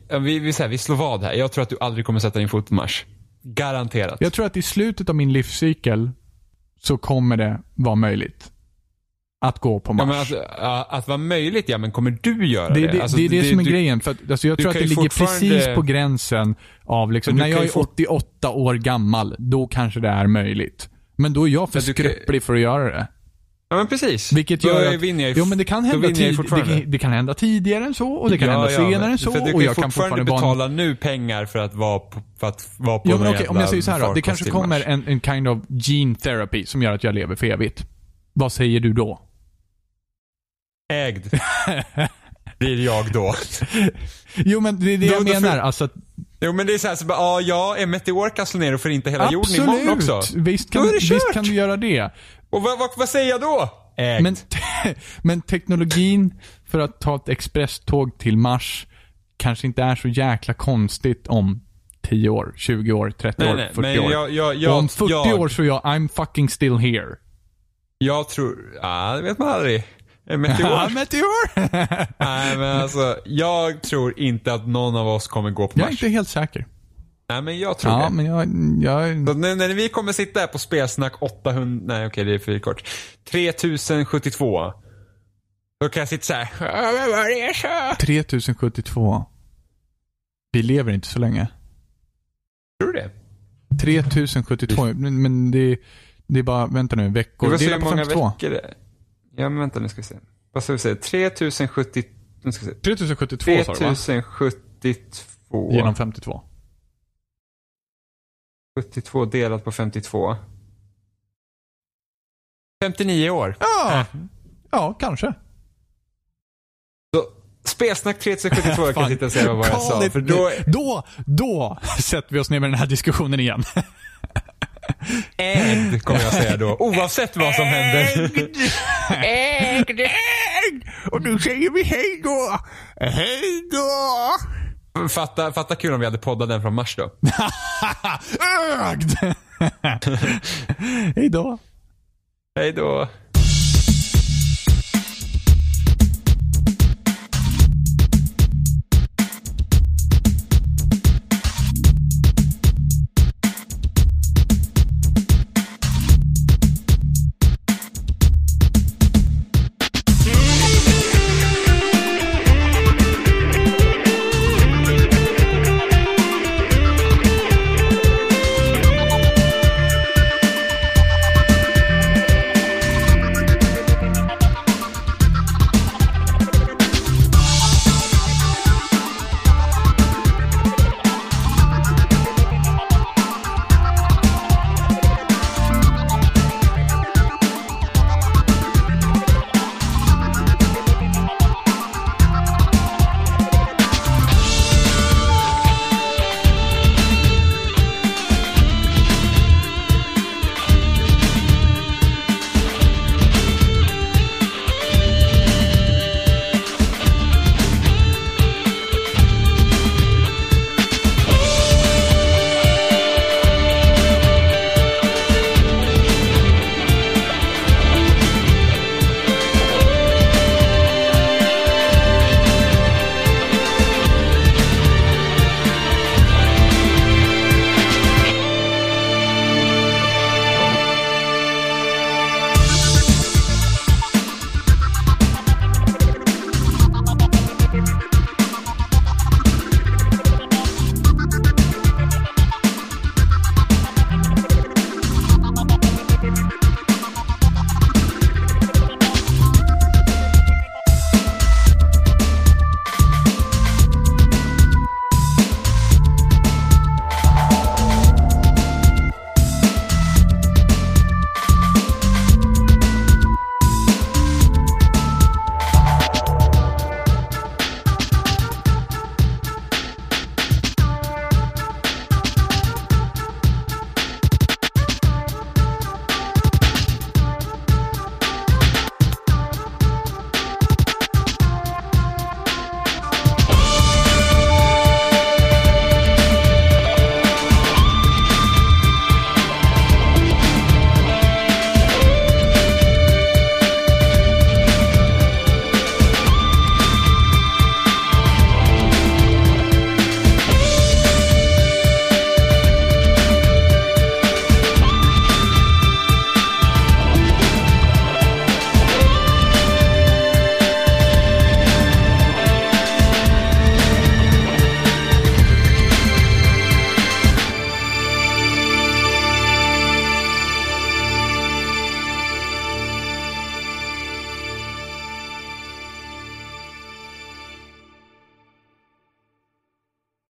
Vi slår vad här. Jag tror att du aldrig kommer sätta din fot på Mars. Garanterat. Jag tror att i slutet av min livscykel så kommer det vara möjligt att gå på Mars. Ja, men alltså, att vara möjligt, ja, men kommer du göra det? Alltså, det är det som är grejen. För att, alltså, jag tror att det ligger precis på gränsen av liksom, när jag är 88 år gammal, då kanske det är möjligt. Men då är jag för skröplig för att göra det. Ja, men precis. Vilket gör att, men det kan hända det kan hända tidigare än så, och det kan hända senare än så, och jag kan fortfarande betala nu pengar för att vara på ja, men okej, om jag säger så här då, det kanske kommer en kind of gene therapy som gör att jag lever för evigt. Vad säger du då? Ägd. Blir jag då. Jo, men det är det jag menar. Alltså, jo, men det är så här, så bara, ja, en meteor kan slå ner och förinta hela jorden imorgon också. Visst kan du göra det. Och vad säger jag då? Ägd. Men teknologin för att ta ett expresståg till Mars kanske inte är så jäkla konstigt om 10 år, 20 år, 30 år, 40 år. Och om 40 år så I'm fucking still here. Jag tror, det vet man aldrig. En meteor. Meteor. Nej, men alltså, jag tror inte att någon av oss kommer gå på Mars. Jag är inte helt säker. Nej, men jag tror det. Men jag... Så när vi kommer sitta här på spelsnack 800, nej okej, det är för kort. 3072. Då kan jag sitta så här. 3072. Vi lever inte så länge. Tror du det? 3072, men det är bara, vänta nu, veckor. Det är på många 52. Veckor det är. Ja, men vänta, nu ska vi se. Vad ska vi säga? 3070, nu ska vi se. 3072 sa du, va? 3072. Genom 52. 72 delat på 52. 59 år. Ja, kanske. Så, spelsnack 3072 kan sitta och säga vad jag sa. För då sätter vi oss ner med den här diskussionen igen. Ägd, kommer jag säga då. Oavsett vad som händer. Ägd. Och nu säger vi hej då. Hej då. Fatta kul om vi hade poddat den från Mars då. Ägd. Hej då. Hej då.